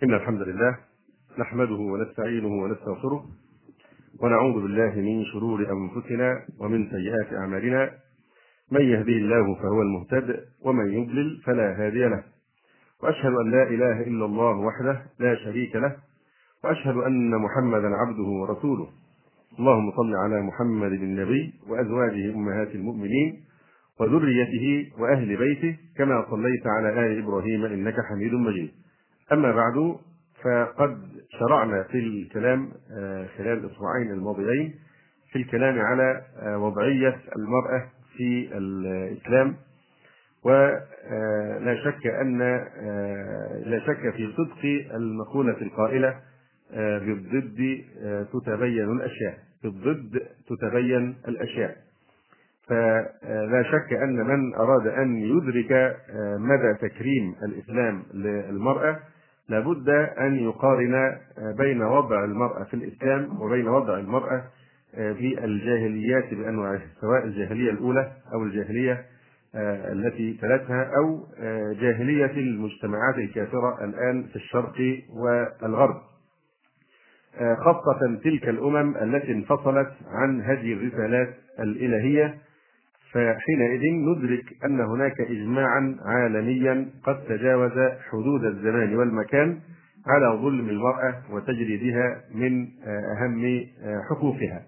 إن الحمد لله نحمده ونستعينه ونستغفره ونعوذ بالله من شرور أنفسنا ومن سيئات أعمالنا. من يهده الله فهو المهتد ومن يضلل فلا هادي له، وأشهد أن لا إله إلا الله وحده لا شريك له، وأشهد أن محمدا عبده ورسوله. اللهم صل على محمد النبي وأزواجه أمهات المؤمنين وذريته وأهل بيته كما صليت على آل إبراهيم إنك حميد مجيد. أما بعد، فقد شرعنا في الكلام خلال الأسبوعين الماضيين في الكلام على وضعية المرأة في الإسلام، ولا شك في صدق المقولة القائلة بالضد تتبين الأشياء، بالضد تتبين الأشياء. فلا شك أن من أراد أن يدرك مدى تكريم الإسلام للمرأة لابد أن يقارن بين وضع المرأة في الإسلام وبين وضع المرأة في الجاهليات بأنواعها، سواء الجاهلية الأولى أو الجاهلية التي تلتها أو جاهلية المجتمعات الكافرة الآن في الشرق والغرب، خاصة تلك الأمم التي انفصلت عن هذه الرسالات الإلهية. فحينئذ ندرك أن هناك إجماعا عالميا قد تجاوز حدود الزمان والمكان على ظلم المرأة وتجريدها من أهم حقوقها.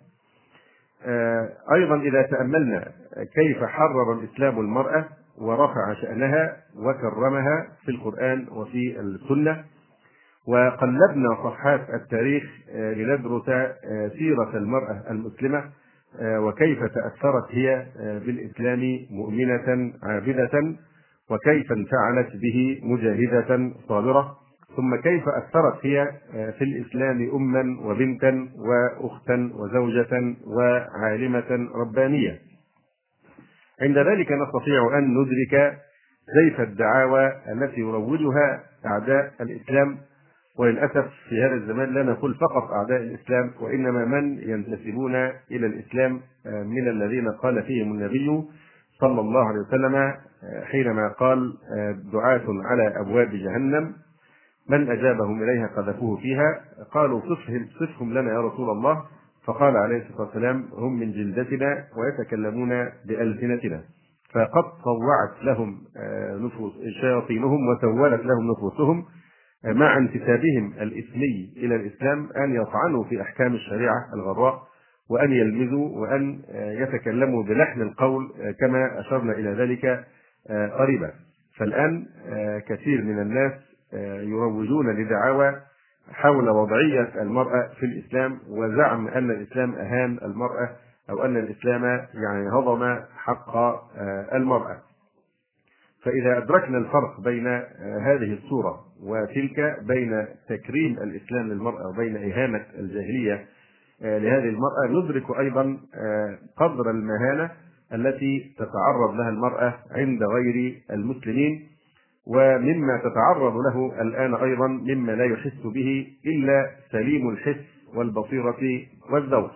أيضا إذا تأملنا كيف حرر الإسلام المرأة ورفع شأنها وكرمها في القرآن وفي السنة، وقلبنا صفحات التاريخ لندرس سيرة المرأة المسلمة وكيف تأثرت هي بالإسلام مؤمنة عابدة، وكيف انفعلت به مجاهدة صابرة، ثم كيف أثرت هي في الإسلام أما وبنتا وأختا وزوجة وعالمة ربانية. عند ذلك نستطيع أن ندرك كيف الدعاوى التي يروجها أعداء الإسلام، وللأسف في هذا الزمان لا نقول فقط أعداء الإسلام، وإنما من ينتسبون إلى الإسلام من الذين قال فيهم النبي صلى الله عليه وسلم حينما قال: دعاة على أبواب جهنم من أجابهم إليها قذفوه فيها. قالوا: صفهم لنا يا رسول الله. فقال عليه الصلاة والسلام: هم من جلدتنا ويتكلمون بألسنتنا. فقد طوعت لهم نفوس شياطينهم وسولت لهم نفوسهم مع انتسابهم الإثمي إلى الإسلام أن يطعنوا في أحكام الشريعة الغراء، وأن يلمزوا وأن يتكلموا بلحن القول كما أشرنا إلى ذلك قريبا. فالآن كثير من الناس يروجون لدعاوى حول وضعية المرأة في الإسلام، وزعم أن الإسلام أهان المرأة أو أن الإسلام يعني هضم حق المرأة. فإذا أدركنا الفرق بين هذه الصورة وتلك، بين تكريم الإسلام للمرأة وبين إهانة الجاهلية لهذه المرأة، ندرك أيضا قدر المهانة التي تتعرض لها المرأة عند غير المسلمين، ومما تتعرض له الآن أيضا مما لا يحس به إلا سليم الحس والبصيرة والذوق.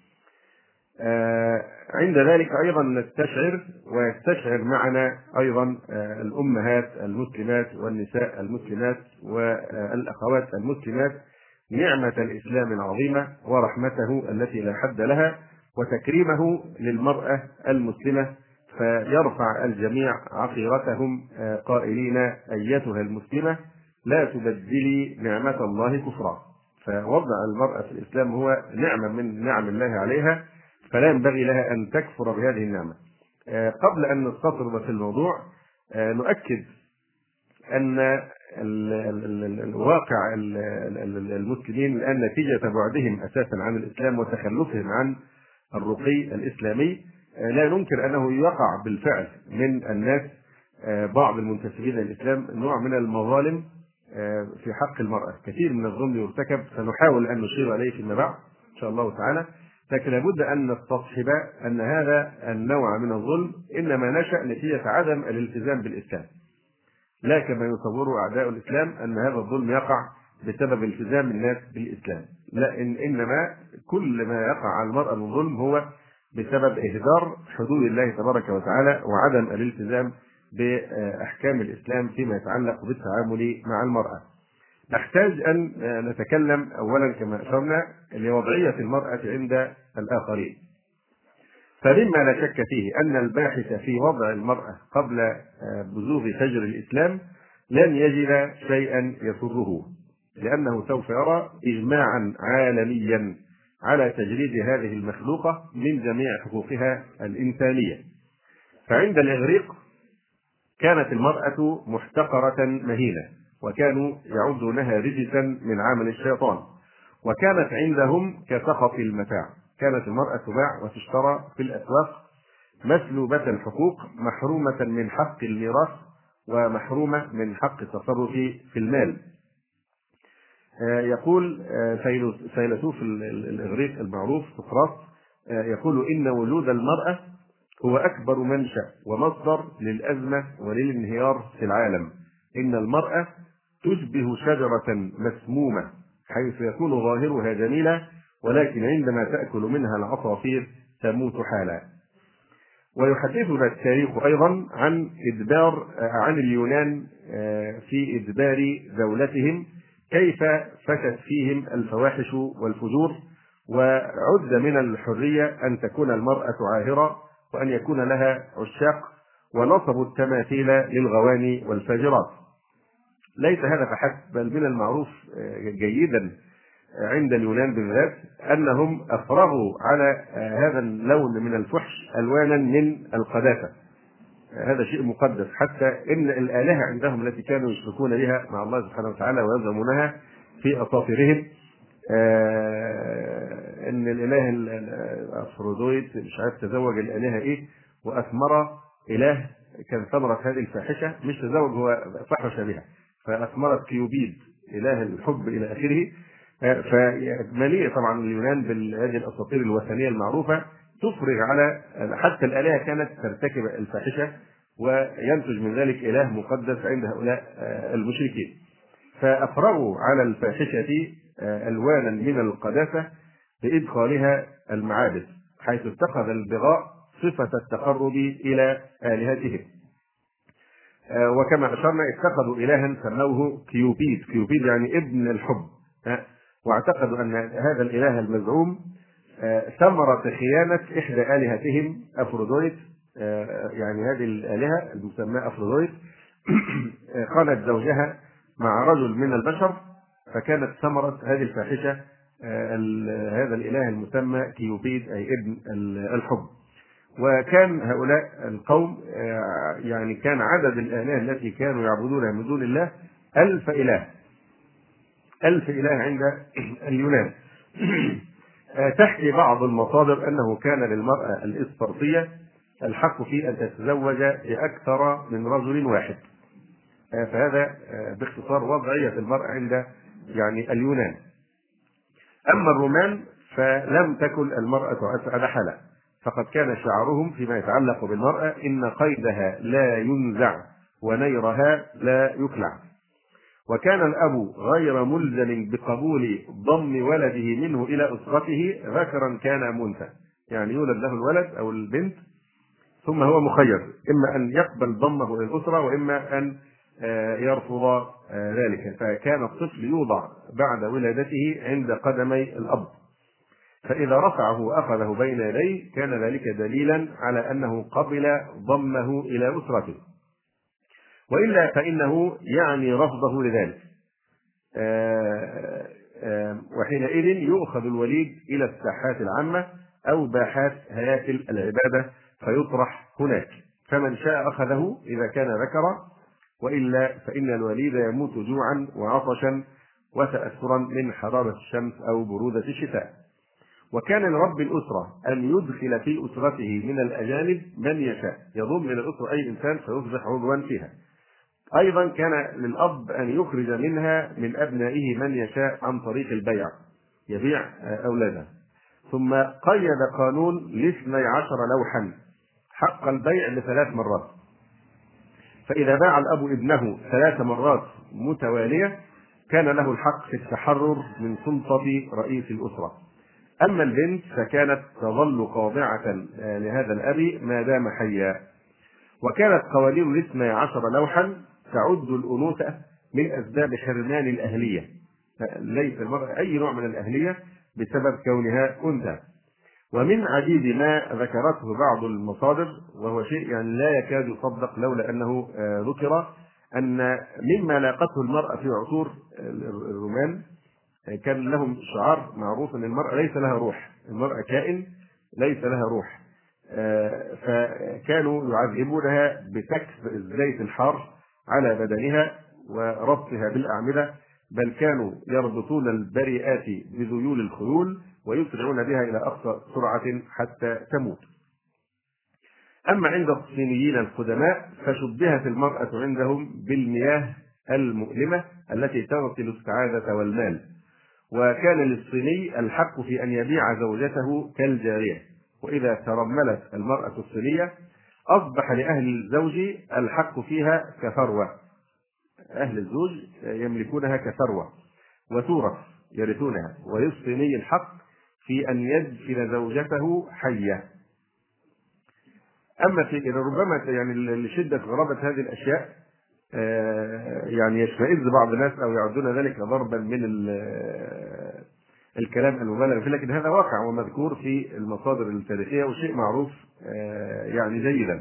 عند ذلك أيضا نستشعر ويستشعر معنا أيضا الأمهات المسلمات والنساء المسلمات والأخوات المسلمات نعمة الإسلام العظيمة ورحمته التي لا حد لها وتكريمه للمرأة المسلمة، فيرفع الجميع عقيرتهم قائلين: أيتها المسلمة لا تبدلي نعمة الله كفرا. فوضع المرأة في الإسلام هو نعمة من نعم الله عليها، فلا ينبغي لها أن تكفر بهذه النعمة. قبل أن نستطرد في الموضوع نؤكد أن الواقع المسلمين الآن نتيجة بعدهم أساسا عن الإسلام وتخلفهم عن الرقي الإسلامي، لا ننكر أنه يقع بالفعل من الناس بعض المنتسبين للإسلام نوع من المظالم في حق المرأة. كثير من الظلم يرتكب، سنحاول أن نشير عليه فيما بعد إن شاء الله تعالى، لكن لابد أن نستصحب أن هذا النوع من الظلم إنما نشأ نتيجة عدم الالتزام بالإسلام، لا كما يصور أعداء الإسلام أن هذا الظلم يقع بسبب التزام الناس بالإسلام، لا، إنما كل ما يقع على المرأة من ظلم هو بسبب إهدار حدود الله تبارك وتعالى وعدم الالتزام بأحكام الإسلام فيما يتعلق بالتعامل مع المرأة. نحتاج أن نتكلم أولا كما أشرنا لوضعية المرأة عند الآخرين. فمما لا شك فيه أن الباحث في وضع المرأة قبل بزوغ فجر الإسلام لن يجد شيئا يسره، لأنه سوف يرى إجماعا عالميا على تجريد هذه المخلوقة من جميع حقوقها الإنسانية. فعند الإغريق كانت المرأة محتقرة مهينة، وكانوا يعدونها رجسا من عمل الشيطان، وكانت عندهم كسخط المتاع. كانت المرأة تباع وتشترى في الأسواق مسلوبة الحقوق، محرومة من حق الميراث ومحرومة من حق التصرف في المال. يقول فيلسوف الإغريق المعروف سقراط يقول إن وجود المرأة هو أكبر منشأ ومصدر للأزمة وللانهيار في العالم. إن المرأة تشبه شجرة مسمومة حيث يكون ظاهرها جميلا، ولكن عندما تأكل منها العصافير تموت حالا. ويحدثنا التاريخ أيضا عن اليونان في إدبار دولتهم، كيف فشت فيهم الفواحش والفجور، وعد من الحرية أن تكون المرأة عاهرة وأن يكون لها عشاق، ونصبوا التماثيل للغواني والفاجرات. ليس هذا فحسب، بل من المعروف جيدا عند اليونان بالذات أنهم أفرغوا على هذا اللون من الفحش ألوانا من القداسة. هذا شيء مقدس، حتى إن الآلهة عندهم التي كانوا يشركون بها مع الله سبحانه وتعالى ويزعمونها في أساطيرهم، إن الإله الأفروديت مش عارف تزوج الآلهة إيه وأثمر إله كان ثمرة هذه الفاحشة، مش تزوج، هو فحش بها فأثمرت كيوبيد إله الحب إلى آخره. فمليء طبعا اليونان بهذه الأساطير الوثنية المعروفة تفرغ على حتى الآلهة كانت ترتكب الفاحشة، وينتج من ذلك إله مقدس عند هؤلاء المشركين. فأفرغوا على الفاحشة ألوانا من القداسة بإدخالها المعابد، حيث اتخذ البغاء صفة التقرب إلى آلهتهم. وكما أشرنا اتخذوا إلها سموه كيوبيد، كيوبيد يعني ابن الحب، واعتقدوا أن هذا الإله المزعوم ثمرة خيانة إحدى آلهتهم أفروديت، يعني هذه الآلهة المسماة أفروديت خانت زوجها مع رجل من البشر، فكانت ثمرة هذه الفاحشة هذا الإله المسمى كيوبيد أي ابن الحب. وكان هؤلاء القوم يعني كان عدد الآلهة التي كانوا يعبدونها من دون الله 1000 إله، 1000 إله عند اليونان. تحكي بعض المصادر أنه كان للمرأة الإسبرطية الحق في أن تتزوج بأكثر من رجل واحد. فهذا باختصار وضعية المرأة عند يعني اليونان. أما الرومان فلم تكن المرأة أسعد حالا، فقد كان شعارهم فيما يتعلق بالمرأة إن قيدها لا ينزع ونيرها لا يكلع. وكان الأب غير ملزم بقبول ضم ولده منه إلى أسرته ذكرا كان أم أنثى، يعني يولد له الولد أو البنت ثم هو مخير إما أن يقبل ضمه إلى الأسرة وإما أن يرفض ذلك. فكان الطفل يوضع بعد ولادته عند قدمي الأب، فإذا رفعه وأخذه بين يديه كان ذلك دليلا على أنه قبل ضمه إلى أسرته، وإلا فإنه يعني رفضه لذلك. وحينئذ يؤخذ الوليد إلى الساحات العامة أو باحات هياكل العبادة فيطرح هناك، فمن شاء أخذه إذا كان ذكرا، وإلا فإن الوليد يموت جوعا وعطشا وتأثرا من حرارة الشمس أو برودة الشتاء. وكان لرب الأسرة أن يدخل في أسرته من الأجانب من يشاء، يضم إلى الأسرة أي إنسان فيصبح عضوا فيها. أيضا كان للأب أن يخرج منها من أبنائه من يشاء عن طريق البيع، يبيع أولاده. ثم قيد قانون ل12 لوحا حق البيع ل3 مرات، فإذا باع الأب ابنه 3 مرات متوالية كان له الحق في التحرر من سلطة رئيس الأسرة. أما البنت فكانت تظل خاضعة لهذا الأب ما دام حيا. وكانت قوانين ل12 لوحا تعد الأنوثة من أسباب حرمان الأهلية، ليس المرأة أي نوع من الأهلية بسبب كونها أنثى. ومن عديد ما ذكرته بعض المصادر، وهو شيء يعني لا يكاد يصدق لولا أنه ذكر، أن مما لاقته المرأة في عصور الرومان كان لهم شعار معروف أن المرأة ليس لها روح، المرأة كائن ليس لها روح. فكانوا يعذبونها بسكب الزيت الحار على بدنها وربطها بالأعمدة، بل كانوا يربطون البريئات بذيول الخيول ويسرعون بها إلى أقصى سرعة حتى تموت. أما عند الصينيين القدماء فشبهت المرأة عندهم بالمياه المؤلمة التي تغسل السعادة والمال، وكان للصيني الحق في أن يبيع زوجته كالجارية، وإذا ترملت المرأة الصينية أصبح لأهل الزوج الحق فيها كثروة، أهل الزوج يملكونها كثروة وتورث يرثونها، وللصيني الحق في أن يدفن زوجته حية. أما في ربما يعني لشدة غرابة هذه الأشياء يعني يشمئز بعض الناس أو يعدون ذلك ضربا من الكلام المبالغ فيه، لكن هذا واقع ومذكور في المصادر التاريخية وشيء معروف يعني جيدا.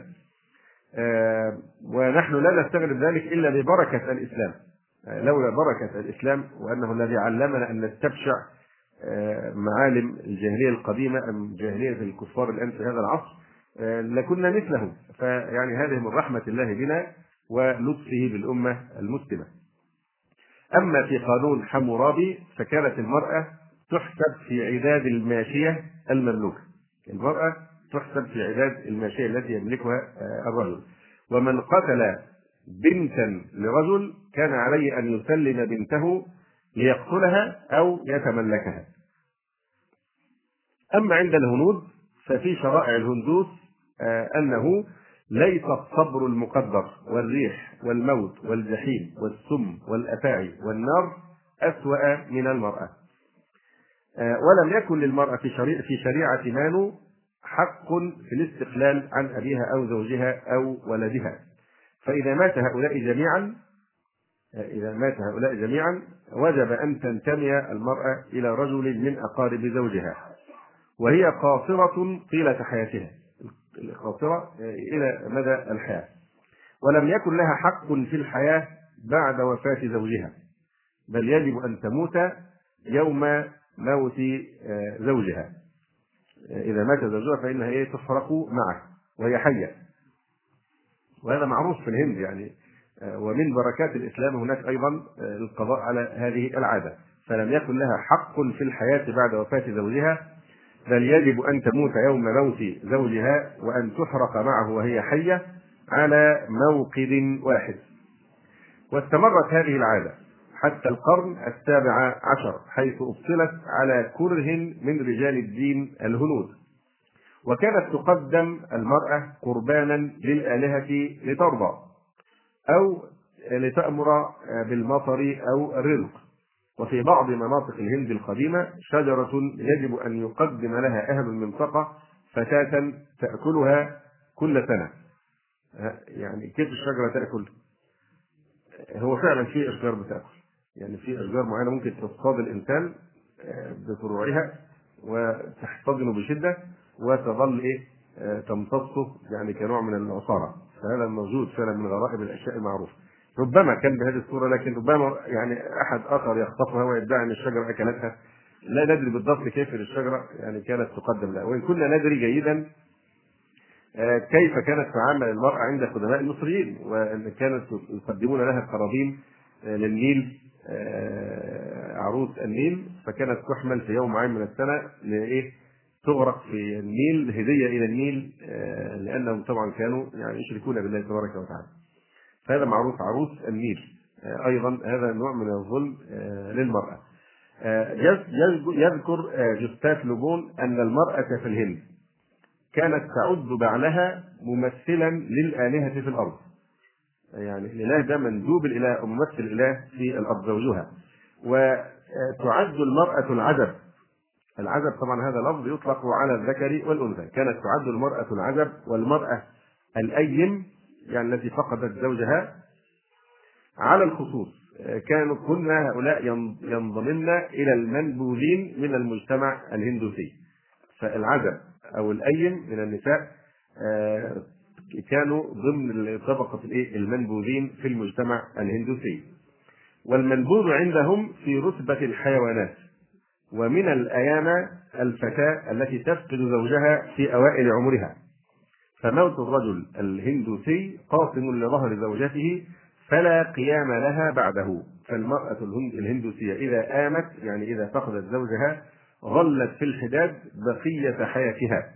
ونحن لا نستغرب ذلك إلا ببركة الإسلام، لولا بركة الإسلام وأنه الذي علمنا أن نستبشع معالم الجاهلية القديمة أم جاهلية الكفار الآن في هذا العصر لكنا مثلهم. فيعني هذه من رحمة الله بنا ولطفه بالأمة المسلمة. أما في قانون حمورابي فكانت المرأة تحسب في عداد الماشية المملوكة، المرأة تحسب في عداد الماشية التي يملكها الرجل، ومن قتل بنتا لرجل كان عليه أن يسلم بنته ليقتلها أو يتملكها. أما عند الهنود ففي شرائع الهندوس أنه ليس الصبر المقدر والريح والموت والجحيم والسم والأفاعي والنار أسوأ من المرأة. ولم يكن للمرأة في شريعة مانو حق في الاستقلال عن أبيها أو زوجها أو ولدها، فإذا مات هؤلاء جميعا وجب أن تنتمي المرأة إلى رجل من أقارب زوجها، وهي قاصرة طيلة حياتها، قاصرة إلى مدى الحياة، ولم يكن لها حق في الحياة بعد وفاة زوجها، بل يجب أن تموت يوم موت زوجها. إذا مات زوجها فإنها تفرق معه وهي حية، وهذا معروف في الهند يعني. ومن بركات الإسلام هناك أيضا القضاء على هذه العادة، فلم يكن لها حق في الحياة بعد وفاة زوجها، بل يجب أن تموت يوم موت زوجها وأن تحرق معه وهي حية على موقد واحد. واستمرت هذه العادة حتى القرن السابع عشر، حيث أبطلت على كره من رجال الدين الهنود، وكانت تقدم المرأة قربانا للآلهة لترضى أو لتأمر بالمطر أو الرزق. وفي بعض مناطق الهند القديمة شجرة يجب أن يقدم لها أهل المنطقة فتاة تأكلها كل سنة. يعني كيف الشجرة تأكل؟ هو فعلا في أشجار بتأكل، يعني في أشجار معينة ممكن تصطاد الإنسان بفروعها وتحتضن بشدة وتظل تمتصه يعني كنوع من العصارة، فهذا موجود فعلا من غرائب الأشياء المعروفة. ربما كان بهذه الصورة، لكن ربما يعني أحد آخر يخطفها ويدعي أن الشجرة أكلتها. لا ندري بالضبط كيف الشجرة يعني كانت تقدم لها، وإن كنا ندري جيدا كيف كانت تعامل المرأة عند قدماء المصريين، وأن كانت يقدمون لها قرابين للنيل، عروس النيل، فكانت تحمل في يوم معين من السنة تغرق في النيل هدية إلى النيل، لأنهم طبعا كانوا يعني يشركون بالله تبارك وتعالى. فهذا معروف عروس النيل. أيضا هذا نوع من الظلم للمرأة. يذكر جوستاف لوبون أن المرأة في الهند كانت تعد بعلها ممثلا للآلهة في الأرض، يعني الإله ده مندوب الإله أو ممثل الإله في الأرض زوجها. وتعد المرأة العزب. العزب طبعا هذا لفظ يطلق على الذكر والأنثى. كانت تعد المرأة العزب والمرأة الأيم يعني التي فقدت زوجها على الخصوص، كل هؤلاء ينضمن إلى المنبوذين من المجتمع الهندوسي. فالعزب أو الأيم من النساء كانوا ضمن طبقة المنبوذين في المجتمع الهندوسي. والمنبوذ عندهم في رتبة الحيوانات. ومن الأيام الفتاة التي تفقد زوجها في أوائل عمرها، فموت الرجل الهندوسي قاطن لظهر زوجته فلا قيام لها بعده. فالمرأة الهندوسية إذا آمت، يعني إذا فقدت زوجها، ظلت في الحداد بقية حياتها،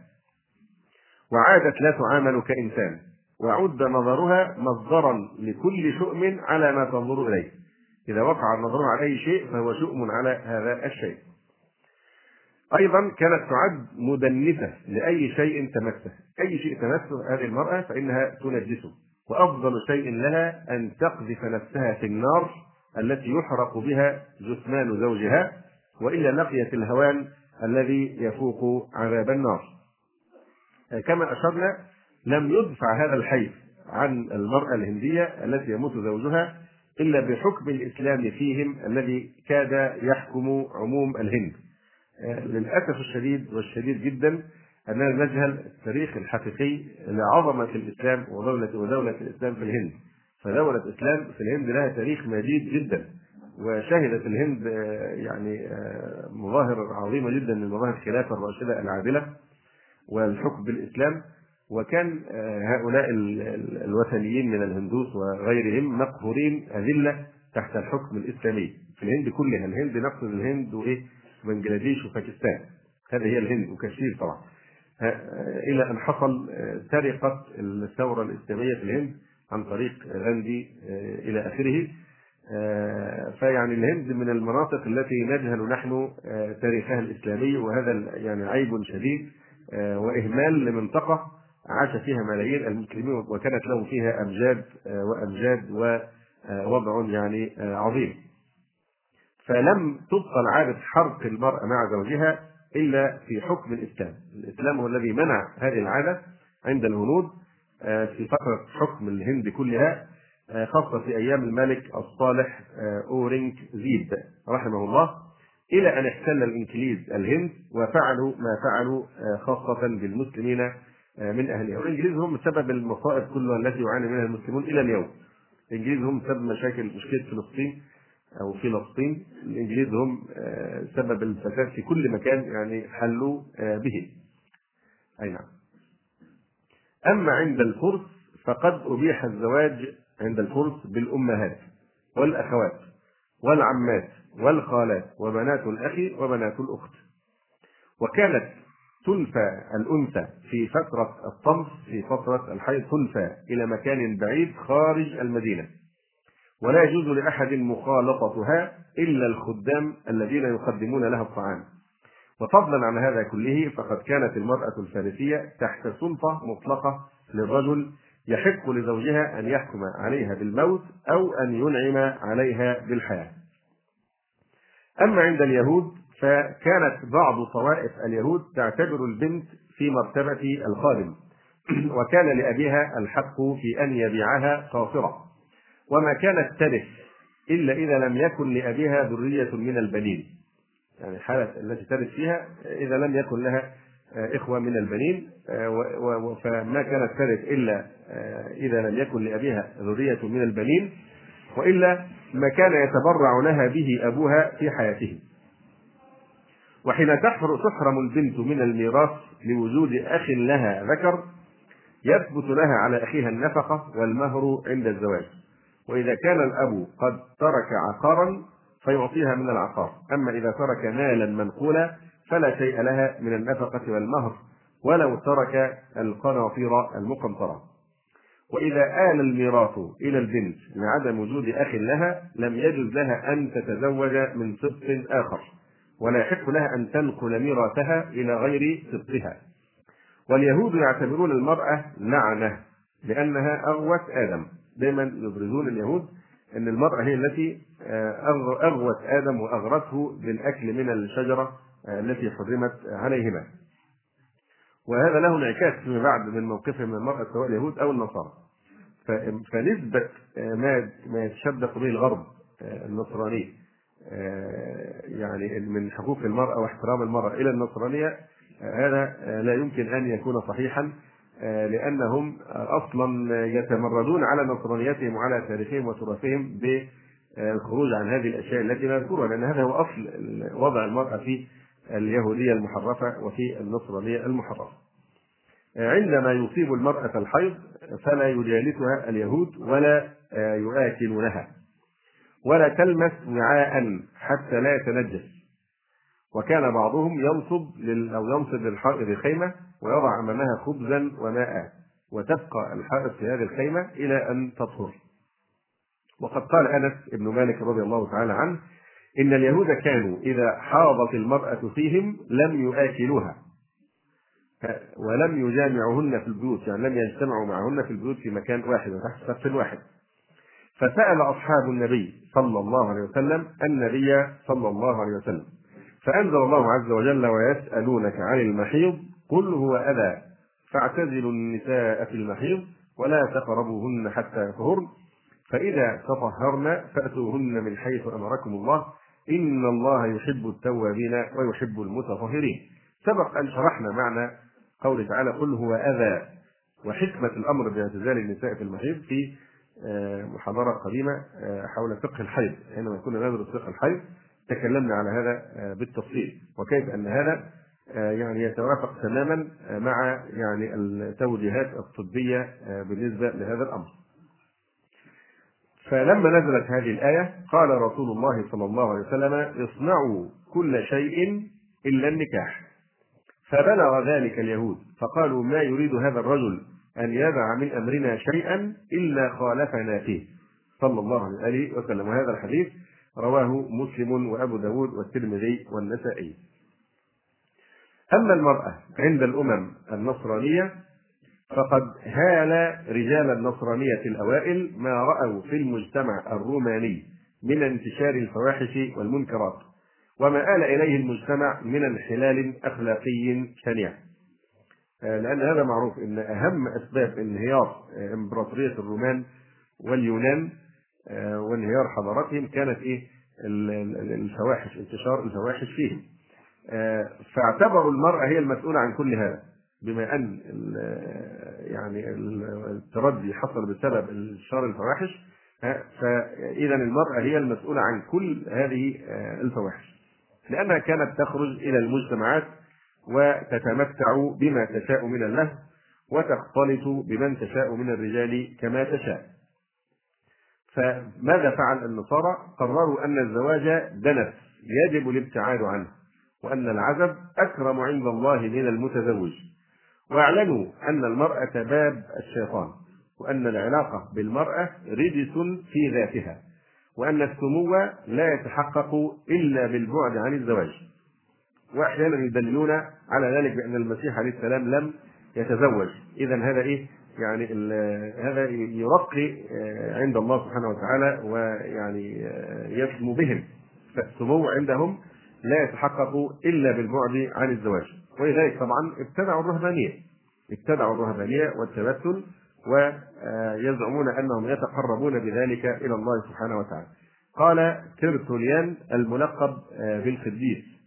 وعادت لا تعامل كإنسان، وعد نظرها مصدرا لكل شؤم على ما تنظر إليه. إذا وقع النظر على أي شيء فهو شؤم على هذا الشيء. أيضا كانت تعد مدنسة لأي شيء تمسه. أي شيء تمسه هذه المرأة فإنها تنجسه، وأفضل شيء لها أن تقذف نفسها في النار التي يحرق بها جثمان زوجها، وإلا لقيت الهوان الذي يفوق عذاب النار. كما أشرنا، لم يدفع هذا الحيف عن المرأة الهندية التي يموت زوجها إلا بحكم الإسلام فيهم الذي كاد يحكم عموم الهند. للأسف الشديد والشديد جدا أننا نجهل التاريخ الحقيقي لعظمة الإسلام ودولة الإسلام في الهند. فدولة الإسلام في الهند لها تاريخ مجيد جدا، وشهدت الهند يعني مظاهر عظيمة جدا من مظاهر الخلافة الراشدة العادلة والحكم بالإسلام. وكان هؤلاء الوثنيين من الهندوس وغيرهم مقهورين أذلة تحت الحكم الإسلامي في الهند كلها. الهند نقصد الهند وبنجلاديش وباكستان، هذه هي الهند وكشمير طبعا، إلى أن حصل سرقة الثورة الإسلامية في الهند عن طريق غاندي إلى آخره. فيعني الهند من المناطق التي نجهل نحن تاريخها الإسلامي، وهذا يعني عيب شديد وإهمال لمنطقة عاش فيها ملايين المسلمين وكانت لهم فيها أمجاد ووضع يعني عظيم. فلم تبطل عادة حرق المرأة مع زوجها إلا في حكم الإسلام. الإسلام هو الذي منع هذه العادة عند الهنود في فترة حكم الهند كلها، خاصة في أيام الملك الصالح أورنجزيب رحمه الله، إلى أن احتل الإنجليز الهند وفعلوا ما فعلوا خاصة بالمسلمين من أهلها. والإنجليز هم سبب المصائب كلها التي يعاني منها المسلمون إلى اليوم. الإنجليز هم سبب مشكلة فلسطين أو فلسطين. الإنجليز هم سبب الفساد في كل مكان يعني حلوا به. أي نعم. أما عند الفرس فقد أبيح الزواج عند الفرس بالأمهات والأخوات والعمات والخالات وبنات الأخ وبنات الأخت. وكانت تنفى الأنثى في فترة الطمس، في فترة الحيض تنفى إلى مكان بعيد خارج المدينة، ولا يجوز لأحد مخالطتها إلا الخدام الذين يقدمون لها الطعام. وفضلا عن هذا كله فقد كانت المرأة الفارسية تحت سلطة مطلقة للرجل، يحق لزوجها أن يحكم عليها بالموت أو أن ينعم عليها بالحياة. أما عند اليهود فكانت بعض طوائف اليهود تعتبر البنت في مرتبة الخادم، وكان لأبيها الحق في أن يبيعها قاصرة، وما كانت ترث إلا إذا لم يكن لأبيها ذرية من البنين. يعني الحالة التي ترث فيها إذا لم يكن لها إخوة من البنين، فما كانت ترث إلا إذا لم يكن لأبيها ذرية من البنين، وإلا ما كان يتبرع لها به أبوها في حياته. وحين تحرم البنت من الميراث لوجود أخ لها ذكر يثبت لها على أخيها النفقة والمهر عند الزواج. وإذا كان الأب قد ترك عقارا فيعطيها من العقار، أما إذا ترك مالا منقولا فلا شيء لها من النفقة والمهر ولو ترك القناطير المقنطرة. وإذا آل الميراث إلى البنت لعدم وجود أخ لها لم يجوز لها أن تتزوج من سبط آخر، ولا يحق لها أن تنقل ميراثها إلى غير سبطها. واليهود يعتبرون المرأة لعنة لأنها أغوت آدم. دائما يبرزون اليهود أن المرأة هي التي أغوت آدم وأغرته بالأكل من الشجرة التي حرمت عليهما. وهذا له انعكاس فيما بعد من موقفهم من المرأة سواء اليهود أو النصارى. فنسبة ما يتشدق به الغرب النصرانية، يعني من حقوق المرأة واحترام المرأة إلى النصرانية، هذا لا يمكن أن يكون صحيحا، لأنهم أصلا يتمردون على نصرانيتهم وعلى تاريخهم وتراثهم بالخروج عن هذه الأشياء التي نذكرها، لأن هذا هو أصل وضع المرأة في اليهودية المحرفة وفي النصرانية المحرفة. عندما يصيب المرأة الحيض فلا يجالسها اليهود ولا يآكلونها ولا تلمس وعاء حتى لا يتنجس. وكان بعضهم ينصب للحائض خيمة ويضع أمامها خبزا وماء، وتبقى الحائض في هذه الخيمة إلى أن تطهر. وقد قال أنس بن مالك رضي الله تعالى عنه: إن اليهود كانوا إذا حاضت المرأة فيهم لم يآكلوها ولم يجامعهن في البيوت، يعني لم يجتمعوا معهن في البيوت في مكان واحد وتحت سقف واحد. فسأل أصحاب النبي صلى الله عليه وسلم النبي صلى الله عليه وسلم، فأنزل الله عز وجل: ويسألونك عن المحيض قل هو أذى فاعتزلوا النساء في المحيض ولا تقربوهن حتى يطهرن فإذا تطهرن فأتوهن من حيث أمركم الله إن الله يحب التوابين ويحب المتطهرين. سبق أن شرحنا معنى قوله تعالى: قل هو أذى، وحكمة الأمر باعتزال النساء في المحيض في محاضرة قديمة حول فقه الحيض. حينما كنا ندرس فقه الحيض تكلمنا على هذا بالتفصيل، وكيف أن هذا يعني يتوافق تماما مع يعني التوجيهات الطبية بالنسبة لهذا الأمر. فلما نزلت هذه الآية قال رسول الله صلى الله عليه وسلم: اصنعوا كل شيء إلا النكاح. فبلغ ذلك اليهود فقالوا: ما يريد هذا الرجل أن يدع من أمرنا شيئا إلا خالفنا فيه صلى الله عليه وسلم. وهذا الحديث رواه مسلم وأبو داود والترمذي والنسائي. أما المرأة عند الأمم النصرانية فقد هال رجال النصرانية الأوائل ما رأوا في المجتمع الروماني من انتشار الفواحش والمنكرات، وما آل إليه المجتمع من انحلال أخلاقي شنيع. لأن هذا معروف أن أهم أسباب انهيار إمبراطورية الرومان واليونان وانهيار حضارتهم كانت الفواحش، انتشار الفواحش فيهم. فاعتبروا المرأة هي المسؤولة عن كل هذا، بما أن يعني التردي حصل بسبب انتشار الفواحش، فإذا المرأة هي المسؤولة عن كل هذه الفواحش، لأنها كانت تخرج إلى المجتمعات وتتمتع بما تشاء من اللهو وتختلط بمن تشاء من الرجال كما تشاء. فماذا فعل النصارى؟ قرروا أن الزواج دنس يجب الابتعاد عنه، وأن العزب أكرم عند الله من المتزوج، واعلنوا أن المرأة باب الشيطان، وأن العلاقة بالمرأة رجس في ذاتها، وأن السمو لا يتحقق إلا بالبعد عن الزواج. وأحيانا يدللون على ذلك بأن المسيح عليه السلام لم يتزوج. إذن هذا يعني هذا يرقي عند الله سبحانه وتعالى، ويعني يسمو بهم، فالسمو عندهم لا يتحقق إلا بالبعد عن الزواج. ولذلك طبعا ابتدعوا الرهبانية والتبتل، ويزعمون أنهم يتقربون بذلك إلى الله سبحانه وتعالى. قال ترتوليان الملقب بالقديس: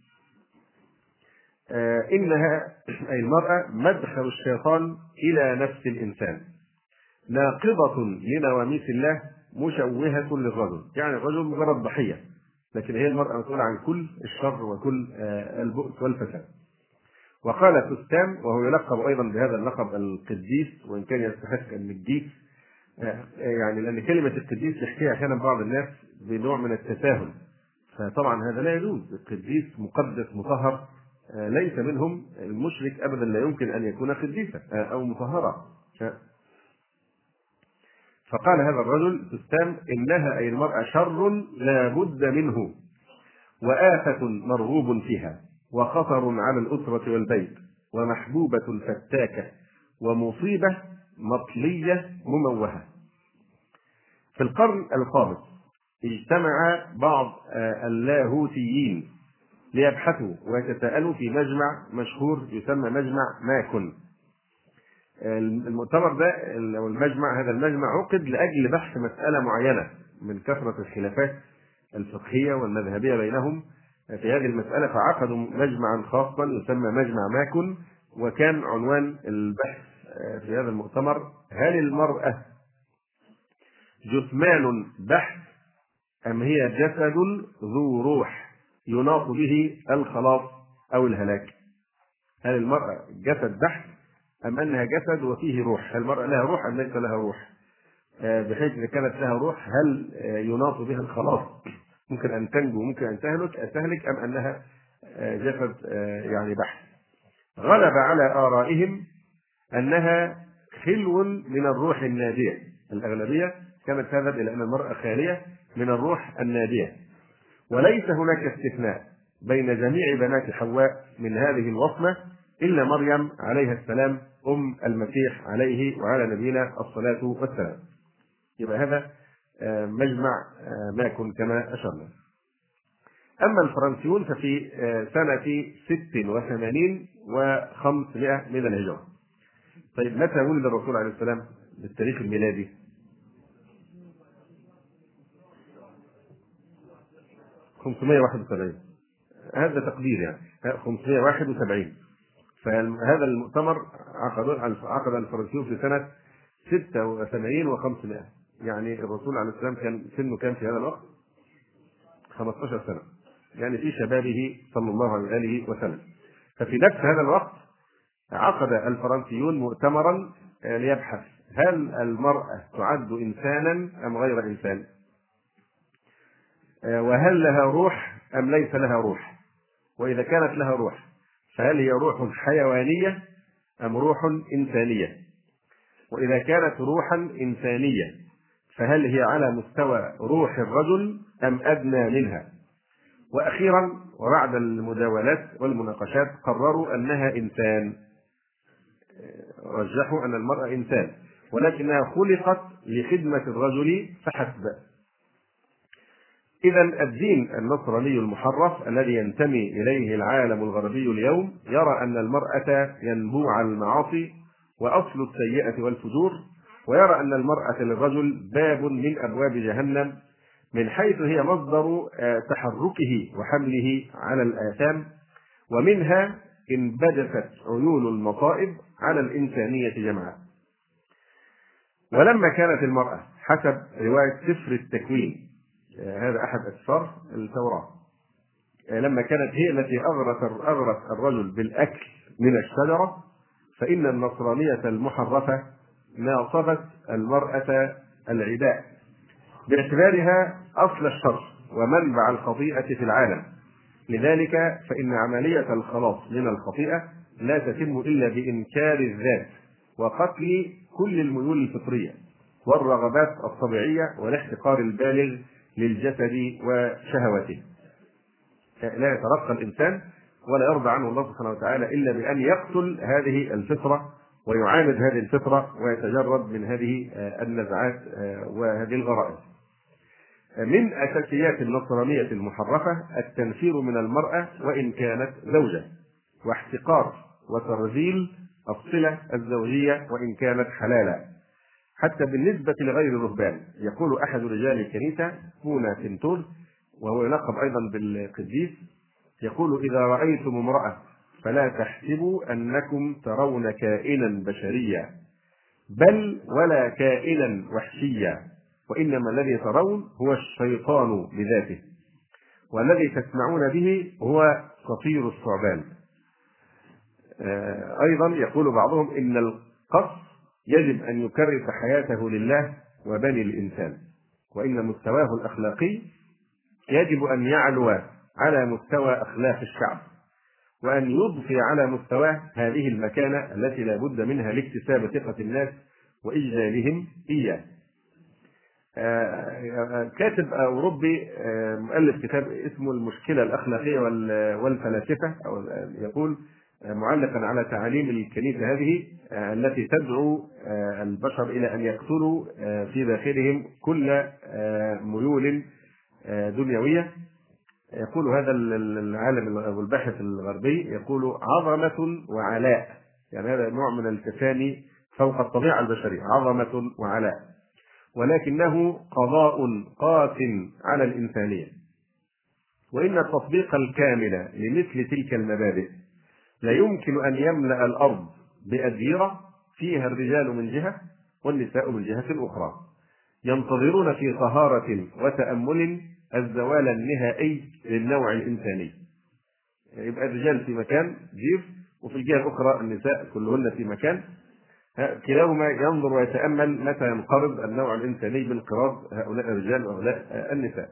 إنها أي المرأة مدخل الشيطان إلى نفس الإنسان، ناقضة لنواميس الله، مشوهة للرجل. يعني الرجل مجرد ضحية، لكن هي المرأة مسؤولة عن كل الشر وكل البؤس والفساد. وقال تستام، وهو يلقب أيضا بهذا اللقب القديس، وإن كان يستحق القديس، يعني لأن كلمة القديس يحكيها أحيانا بعض الناس بنوع من التساهل، فطبعا هذا لا يجوز. القديس مقدس مطهر، ليس منهم المشرك أبدا، لا يمكن أن يكون قديسا أو مطهرا. فقال هذا الرجل تستام: إنها أي المرأة شر لا بد منه، وآفة مرغوب فيها، وخطر على الأسرة والبيت، ومحبوبة فتاكة، ومصيبة مطلية مموهة. في القرن الخامس اجتمع بعض اللاهوتيين ليبحثوا ويتساءلوا في مجمع مشهور يسمى مجمع ماكون. المؤتمر ده أو المجمع، هذا المجمع عقد لأجل بحث مسألة معينة من كثرة الخلافات الفقهية والمذهبية بينهم في هذه المسألة، فعقدوا مجمعا خاصا يسمى مجمع ماكن. وكان عنوان البحث في هذا المؤتمر: هل المرأة جثمان بحث أم هي جسد ذو روح يناط به الخلاص أو الهلاك؟ هل المرأة جسد بحث أم أنها جسد وفيه روح؟ هل المرأة لها روح أم ليس لها روح؟ بحيث إذا كانت لها روح هل يناط بها الخلاص، ممكن أن تنجو ممكن أن تهلك، أم أنها جسد يعني بحث؟ غلب على آرائهم أنها خلو من الروح النادية. الأغلبية كانت تذهب إلى أن المرأة خالية من الروح النادية، وليس هناك استثناء بين جميع بنات حواء من هذه الوصمة إلا مريم عليها السلام أم المسيح عليه وعلى نبينا الصلاة والسلام. يبقى هذا مجمع ماكن كما أشرنا. أما الفرنسيون ففي سنة 86 و500 من الهجرة. طيب متى ولد الرسول عليه السلام بالتاريخ الميلادي؟ 571. هذا تقدير يعني 571. فهذا المؤتمر عقد الفرنسيون في سنة 86 و500. يعني الرسول عليه السلام كان سنه كام في هذا الوقت؟ 15 سنة، يعني في شبابه صلى الله عليه وسلم. ففي نفس هذا الوقت عقد الفرنسيون مؤتمرا ليبحث: هل المرأة تعد إنسانا أم غير إنسان؟ وهل لها روح أم ليس لها روح؟ وإذا كانت لها روح فهل هي روح حيوانية أم روح إنسانية؟ وإذا كانت روحا إنسانية فهل هي على مستوى روح الرجل أم أدنى منها؟ وأخيرا وبعد المداولات والمناقشات قرروا أنها إنسان. رجحوا أن المرأة إنسان ولكنها خلقت لخدمة الرجل فحسب. إذا الدين النصراني المحرف الذي ينتمي إليه العالم الغربي اليوم يرى أن المرأة ينبوع المعاصي وأصل السيئة والفجور، ويرى أن المرأة للرجل باب من أبواب جهنم، من حيث هي مصدر تحركه وحمله على الآثام، ومنها انبجست عيون المصائب على الإنسانية جمعاء. ولما كانت المرأة حسب رواية سفر التكوين، هذا أحد أسفار التوراة، لما كانت هي التي أغرت الرجل بالأكل من الشجرة، فإن النصرانية المحرفة ناصبت المرأة العداء باعتبارها أصل الشر ومنبع الخطيئة في العالم. لذلك فإن عملية الخلاص من الخطيئة لا تتم إلا بإنكار الذات وقتل كل الميول الفطرية والرغبات الطبيعية والاحتقار البالغ للجسد وشهواته. لا يترقى الإنسان ولا يرضى عنه الله سبحانه وتعالى إلا بأن يقتل هذه الفطرة ويعاند هذه الفطرة ويتجرد من هذه النزعات وهذه الغرائز. من أساسيات النصرانية المحرفة التنفير من المرأة وإن كانت زوجة، واحتقار وترذيل الصلة الزوجية وإن كانت حلالا، حتى بالنسبة لغير الرهبان. يقول أحد رجال الكنيسة بونا تنتول، وهو يلقب أيضا بالقديس، يقول: إذا رأيتم امرأة فلا تحسبوا أنكم ترون كائنا بشريا، بل ولا كائنا وحشيا، وإنما الذي ترون هو الشيطان بذاته، والذي تسمعون به هو صفير الثعبان. أيضا يقول بعضهم إن القص يجب أن يكرس حياته لله وبني الإنسان، وإن مستواه الأخلاقي يجب أن يعلو على مستوى أخلاق الشعب، وأن يضفي على مستواه هذه المكانة التي لا بد منها لاكتساب ثقة الناس وإجلالهم إياه. كاتب أوروبي مؤلف كتاب اسمه المشكلة الأخلاقية والفلاسفة، أو يقول معلقا على تعاليم الكنيسة هذه التي تدعو البشر إلى أن يقتلوا في داخلهم كل ميول دنيوية. يقول هذا العالم أو الباحث الغربي، يقول: عظمة وعلاء، يعني هذا نوع من التفاني فوق الطبيعة البشرية، عظمة وعلاء، ولكنه قضاء قاس على الإنسانية. وإن التطبيق الكامل لمثل تلك المبادئ لا يمكن أن يملأ الأرض بأديرة فيها الرجال من جهة والنساء من جهة أخرى ينتظرون في طهارة وتأمل الزوال النهائي للنوع الإنساني. يبقى الرجال في مكان جيف، وفي الجهة الأخرى النساء كلهن في مكان، كلاهما ينظر ويتأمل متى ينقرض النوع الإنساني بانقراض هؤلاء الرجال وهؤلاء النساء.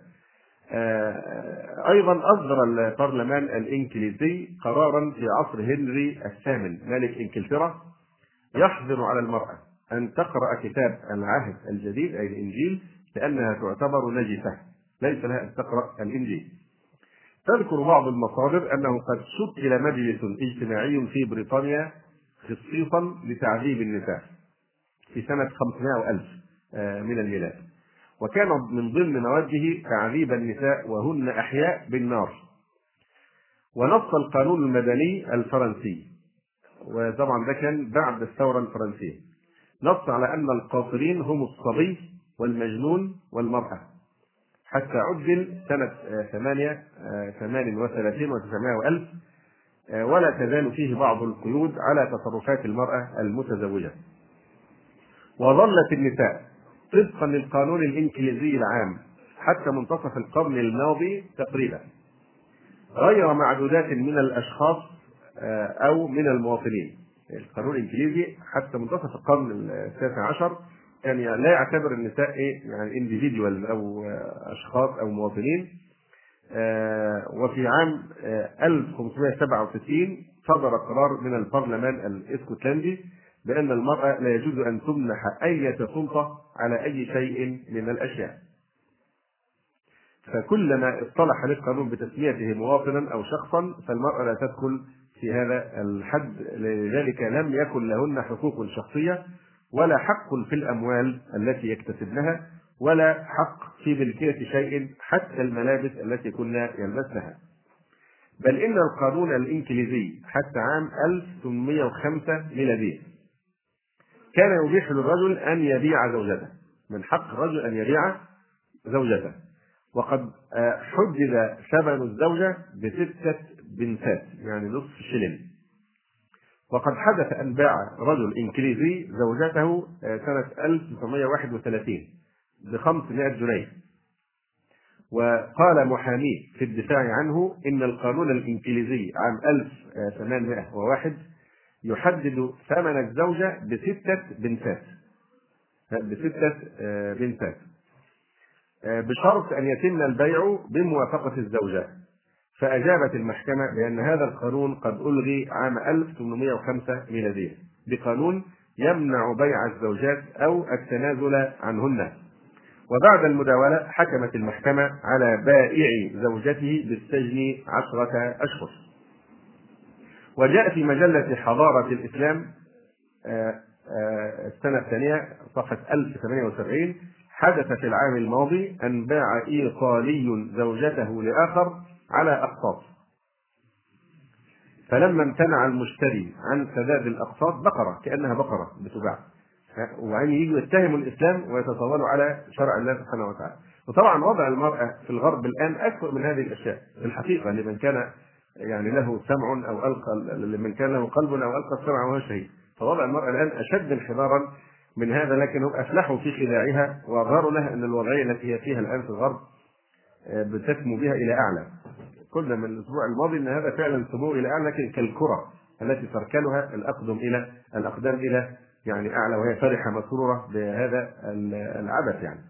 أيضا أصدر البرلمان الإنجليزي قرارا في عصر هنري الثامن ملك إنجلترا يحظر على المرأة أن تقرأ كتاب العهد الجديد أي الإنجيل لأنها تعتبر نجسة، ليس لها أن تقرأ الإنجيل. تذكر بعض المصادر أنه قد شكل مجلس اجتماعي في بريطانيا خصيصا لتعذيب النساء في سنة 500,000 من الميلاد، وكان من ضمن مواده تعذيب النساء وهن أحياء بالنار. ونص القانون المدني الفرنسي، وطبعا ده كان بعد الثورة الفرنسية، نص على أن القاصرين هم الصبي والمجنون والمرأة، حتى عدل سنة 38 و900,000، ولا تزال فيه بعض القيود على تصرفات المرأة المتزوجة. وظلت النساء طبقا للقانون الإنجليزي العام حتى منتصف القرن الماضي تقريبا غير معدودات من الأشخاص أو من المواطنين. القانون الإنجليزي حتى منتصف القرن التاسع عشر يعني لا يعتبر النساء يعني individual أو أشخاص أو مواطنين. وفي عام 1567 صدر قرار من البرلمان الاسكتلندي بأن المرأة لا يجوز أن تمنح أي سلطة على أي شيء من الأشياء. فكلما اصطلح للقانون بتسميته مواطنا أو شخصا فالمرأة لا تدخل في هذا الحد، لذلك لم يكن لهن حقوق شخصية ولا حق في الأموال التي يكتسبنها ولا حق في ملكية شيء حتى الملابس التي كنا يلبسنها. بل إن القانون الإنجليزي حتى عام 1805 ميلادي كان يبيح للرجل أن يبيع زوجته، من حق الرجل أن يبيع زوجته، وقد حدد ثمن الزوجة ب6 بنسات يعني نصف شلن. وقد حدث أن باع رجل إنجليزي زوجته سنة 1931 ب500 جنيه، وقال محاميه في الدفاع عنه إن القانون الإنجليزي عام 1801 يحدد ثمن الزوجة ب6 بنسات، بشرط أن يتم البيع بموافقة الزوجة. فأجابت المحكمة بأن هذا القانون قد ألغي عام 1805 ميلادية بقانون يمنع بيع الزوجات أو التنازل عنهن. وبعد المداولة حكمت المحكمة على بائع زوجته بالسجن 10 أشهر. وجاء في مجلة حضارة الإسلام السنة الثانية صفحة 1078 حدث في العام الماضي أن باع إيطالي زوجته لآخر على أقساط، فلما امتنع المشتري عن سداد الأقساط بقرة كأنها بقرة بتباع، وعين يجوا يتهموا الإسلام ويتطاولوا على شرع الله سبحانه وتعالى. وطبعا وضع المرأة في الغرب الآن أكثر من هذه الأشياء في الحقيقة، لمن كان يعني له سمع أو ألقى، لمن كان له قلب أو ألقى السمع وهو شهيد. فوضع المرأة الآن أشد انحدارا من هذا، لكنهم أفلحوا في خداعها وأظهروا لها أن الوضعية التي هي فيها الآن في الغرب بتسمو بها إلى أعلى. قلنا من الأسبوع الماضي أن هذا فعلا سمو إلى أعلى، لكن كالكرة التي تركلها الأقدام إلى يعني أعلى، وهي فرحة مسرورة بهذا العبث. يعني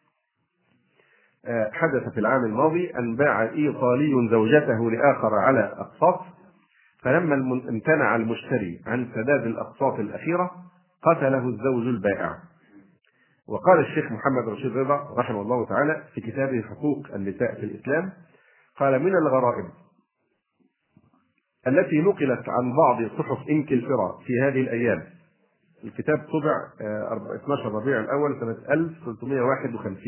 حدث في العام الماضي أن باع إيطالي زوجته لآخر على أقساط، فلما امتنع المشتري عن سداد الأقساط الأخيرة قتله الزوج البائع. وقال الشيخ محمد رشيد رضا رحمه الله تعالى في كتابه حقوق النساء في الإسلام، قال: من الغرائب التي نقلت عن بعض صحف إنجلترا في هذه الأيام، الكتاب طبع 12 ربيع الأول سنة 1351،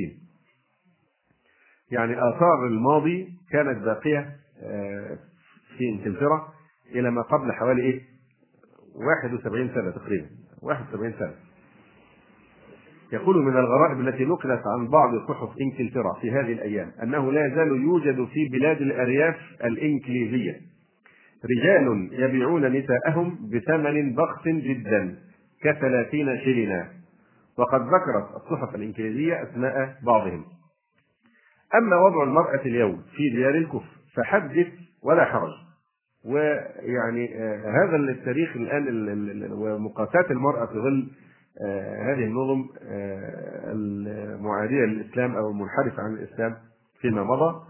يعني آثار الماضي كانت باقية في إنجلترا إلى ما قبل حوالي 71 سنة تقريبا، 71 سنة. يقول من الغرائب التي نقلت عن بعض صحف إنجلترا في هذه الأيام أنه لا يزال يوجد في بلاد الأرياف الإنكليزية رجال يبيعون نساءهم بثمن بخس جدا ك30 شلنا، وقد ذكرت الصحف الإنجليزية أسماء بعضهم. أما وضع المرأة اليوم في ديار الكفر فحدث ولا حرج. ويعني هذا التاريخ الآن ومقاساة المرأة في ظل هذه النظم المعادية للإسلام أو المنحرفة عن الإسلام فيما مضى،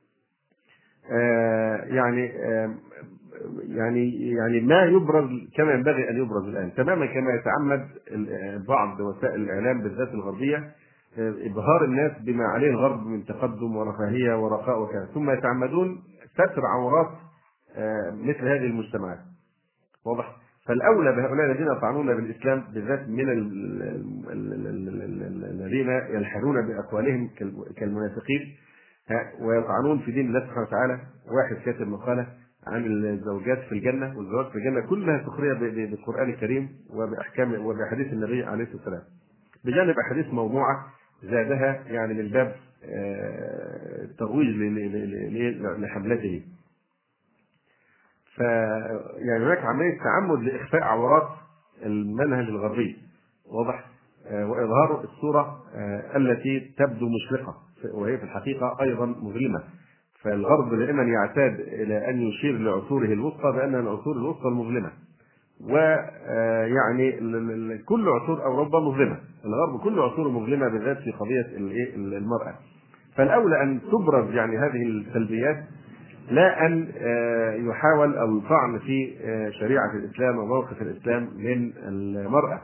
يعني ما يبرز كما ينبغي أن يبرز الآن، تماما كما يتعمد بعض وسائل الإعلام بالذات الغربية إبهار الناس بما عليه الغرب من تقدم ورفاهية ورخاء وكذا، ثم يتعمدون ستر عورات مثل هذه المجتمعات. واضح؟ فالأولى بهؤلاء الذين يطعنون بالإسلام بالذات من الذين يلحنون بأقوالهم كالمنافقين ويطعنون في دين الله سبحانه وتعالى. واحد كاتب مقالة عن الزوجات في الجنة والزواج في الجنة كلها سخرية بالقرآن الكريم وبأحكام وبأحاديث النبي عليه الصلاة والسلام، بجانب أحاديث موضوعة زادها يعني من باب الترويج لحملته. يعني هناك عملية تعمد لإخفاء عورات المنهج الغربي، واضح، وإظهار الصورة التي تبدو مشرقة وهي في الحقيقة أيضا مظلمة. فالغرب دائما يعتاد إلى أن يشير لعصوره الوسطى بأنها العصور الوسطى المظلمة، ويعني كل عصور أوروبا مظلمة، الغرب كل عصوره مظلمة بالذات في قضية المرأة. فالأولى أن تبرز يعني هذه السلبيات، لا أن يحاول الطعن في شريعة الإسلام وموقف الإسلام من المرأة.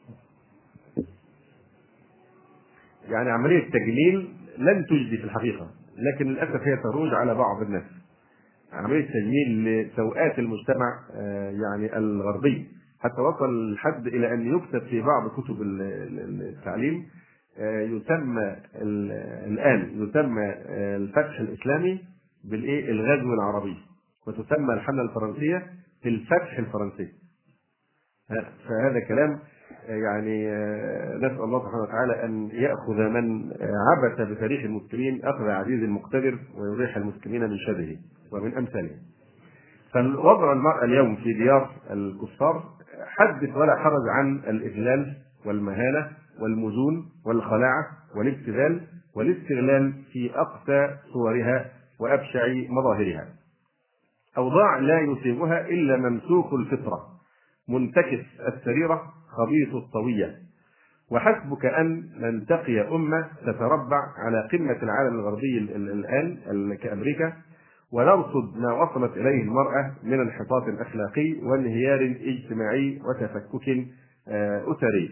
يعني عملية تجميل لن تجدي في الحقيقة، لكن للأسف هي تروج على بعض الناس. عملية تجميل لسوءات المجتمع يعني الغربي، حتى وصل الحد إلى أن يكتب في بعض كتب التعليم يسمى الآن الفتح الإسلامي بالغزو العربي، وتسمى الحملة الفرنسية بالفتح الفرنسي. فهذا كلام يعني نسأل الله سبحانه وتعالى أن يأخذ من عبث بتاريخ المسلمين أخذ عزيز المقتدر ويريح المسلمين من شره ومن أمثالهم. فالوضع المرأة اليوم في ديار الكفار حدث ولا حرج عن الإذلال والمهانة والمجون والخلاعة والابتذال والاستغلال في أقسى صورها وأبشع مظاهرها. أوضاع لا يصيبها إلا ممسوك الفطرة منتكس السريرة خبيث الطوية. وحسبك أن ننتقي أمة تتربع على قمة العالم الغربي الآن كأمريكا ونرصد ما وصلت إليه المرأة من انحطاط أخلاقي وانهيار اجتماعي وتفكك أسري.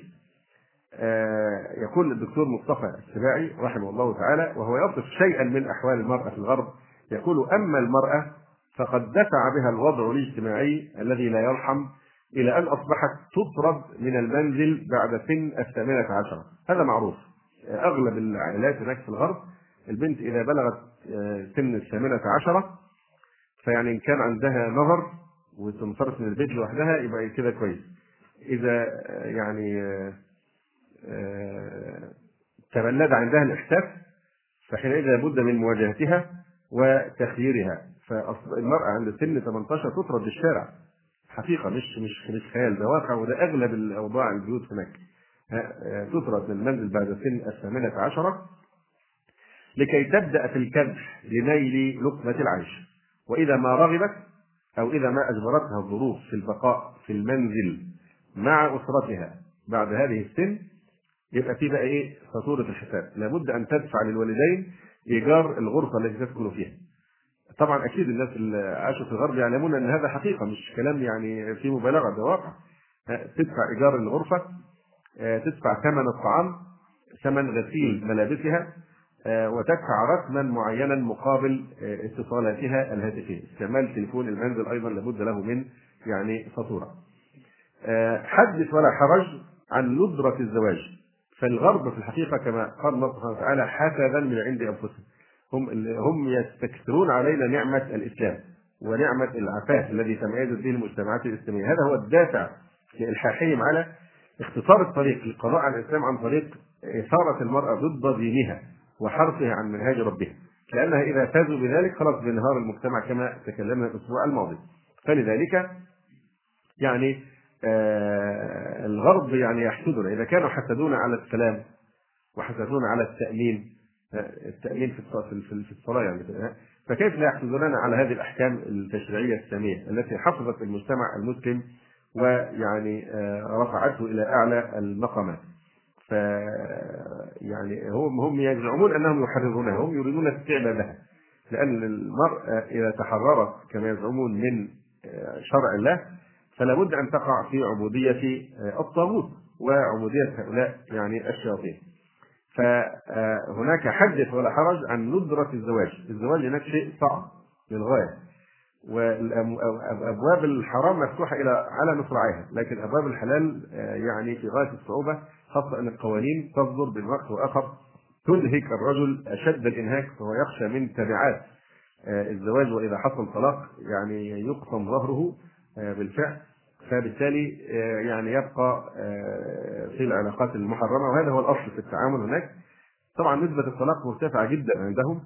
يقول الدكتور مصطفى السباعي رحمه الله تعالى وهو يصف شيئا من أحوال المرأة في الغرب، يقول: أما المرأة فقد دفع بها الوضع الاجتماعي الذي لا يرحم إلى أن أصبحت تطرد من المنزل بعد سن 18. هذا معروف، أغلب العائلات هناك في الغرب البنت إذا بلغت سن 18 فيعني إن كان عندها نظر وتنصرف من البيت لوحدها يبقى كده كويس. إذا يعني تبلد عندها الإحساس فحينئذ لابد من مواجهتها وتخييرها. فالمرأة عند سن 18 تطرد للشارع، حقيقة مش خيال، ده واقع، وده أغلب الأوضاع البيوت هناك. تطرد من المنزل بعد سن 18 لكي تبدأ في الكدح لنيل لقمة العيش، وإذا ما رغبت أو إذا ما أجبرتها الظروف في البقاء في المنزل مع أسرتها بعد هذه السن يبقى في بقى فاتورة الحساب، لابد أن تدفع للوالدين إيجار الغرفة التي تسكن فيها. طبعا أكيد الناس اللي عاشوا في الغرب يعلمون أن هذا حقيقة، مش كلام يعني في مبالغة، ده واقع. تدفع إيجار الغرفة، تدفع ثمن الطعام، ثمن غسيل ملابسها، وتدفع رقما معينا مقابل اتصالاتها الهاتفية. استعمال تليفون المنزل أيضا لابد له من يعني فاتورة. حدث ولا حرج عن ندرة الزواج. فالغرب في الحقيقة كما قال الله سبحانه وتعالى حسدا من عند أنفسهم، هم يستكثرون علينا نعمة الإسلام ونعمة العفاف الذي تميزت به المجتمعات الإسلامية. هذا هو الدافع لإلحاحهم على اختصار الطريق للقضاء على الإسلام عن طريق إثارة المرأة ضد دينها وحرصها عن منهاج ربها، لأنها إذا فازوا بذلك خلاص بينهار المجتمع كما تكلمنا الأسبوع الماضي. فلذلك يعني الغرب يعني يحسدنا إذا كانوا حسدونا على السلام وحسدونا على التأمين، التأمين في الصلاة يعني، فكيف لا يحسدوننا على هذه الأحكام التشريعية السامية التي حفظت المجتمع المسلم ويعني رفعته إلى أعلى المقامات. ف يعني هم يزعمون أنهم يحررونها، هم يريدون استعبادها لها، لأن المرأة إذا تحررت كما يزعمون من شرع الله فلا بد أن تقع في عبودية الطاغوت وعبودية هؤلاء يعني الشياطين. فهناك حدث ولا حرج عن ندرة الزواج. الزواج هناك شيء صعب للغاية، وأبواب الحرام مفتوحة على مصراعيها، لكن أبواب الحلال يعني في غاية الصعوبة، خاصة أن القوانين تصدر بين وقت وآخر تنهك الرجل أشد الإنهاك، فهو يخشى من تبعات الزواج، وإذا حصل طلاق يعني يقسم ظهره بالفعل، فبالتالي يعني يبقى في العلاقات المحرمة، وهذا هو الأصل في التعامل هناك. طبعا نسبة الطلاق مرتفعة جدا عندهم،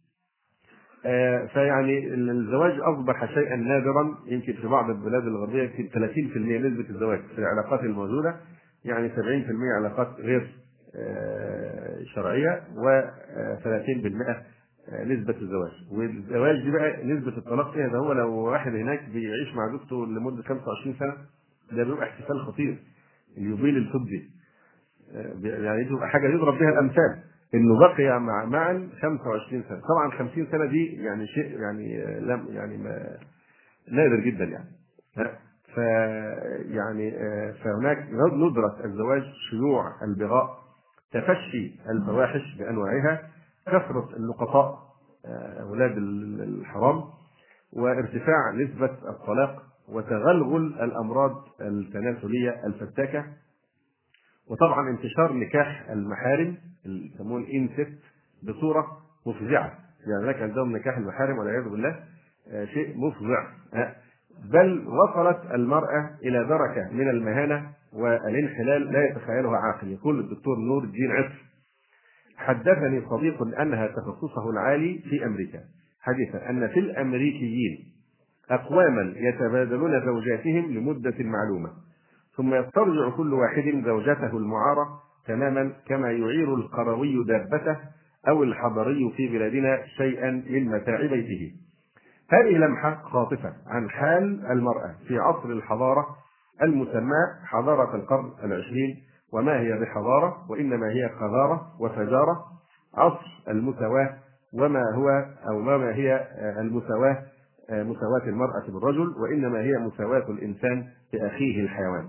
فيعني الزواج أصبح شيئا نادرا. يمكن في بعض البلاد الغربية يمكن 30% نسبة الزواج في العلاقات الموجودة، يعني 70% علاقات غير شرعية، و30% نسبة الزواج. والزواج دي بقى نسبة الطلاق فيها، ده هو لو واحد هناك بيعيش مع زوجته لمدة 25 سنة ده بيبقى احتفال خطير، اليوبيل الفضي، يعني تبقى حاجة يضرب بها الأمثال إنه بقي معا 25 سنة. طبعا 50 سنة دي يعني شيء يعني لم يعني نادر جدا يعني. ف يعني فهناك ندرة الزواج، شيوع البغاء، تفشي الفواحش بأنواعها، كثرة اللقطاء أولاد الحرام، وارتفاع نسبة الطلاق، وتغلغل الأمراض التناسلية الفتاكة، وطبعا انتشار نكاح المحارم اللي يسموه الانسست بصورة مفزعة. يعني هناك عندهم نكاح المحارم والعياذ بالله شيء مفزع، بل وصلت المرأة إلى درجة من المهانة والانحلال لا يتخيلها عاقل. يقول الدكتور نور الدين عطر: حدثني صديق أنها تخصصه العالي في أمريكا حديثا أن في الأمريكيين أقواما يتبادلون زوجاتهم لمدة معلومة، ثم يسترجع كل واحد زوجته المعارة تماما كما يعير القروي دابته أو الحضري في بلادنا شيئا من متاع بيته. هذه لمحة خاطفة عن حال المرأة في عصر الحضارة المسمى حضارة القرن العشرين، وما هي بحضارة وإنما هي قذارة وفجارة. عصر المساواة، وما هي المساواة، مساواة المرأة بالرجل، وإنما هي مساواة الإنسان بأخيه الحيوان.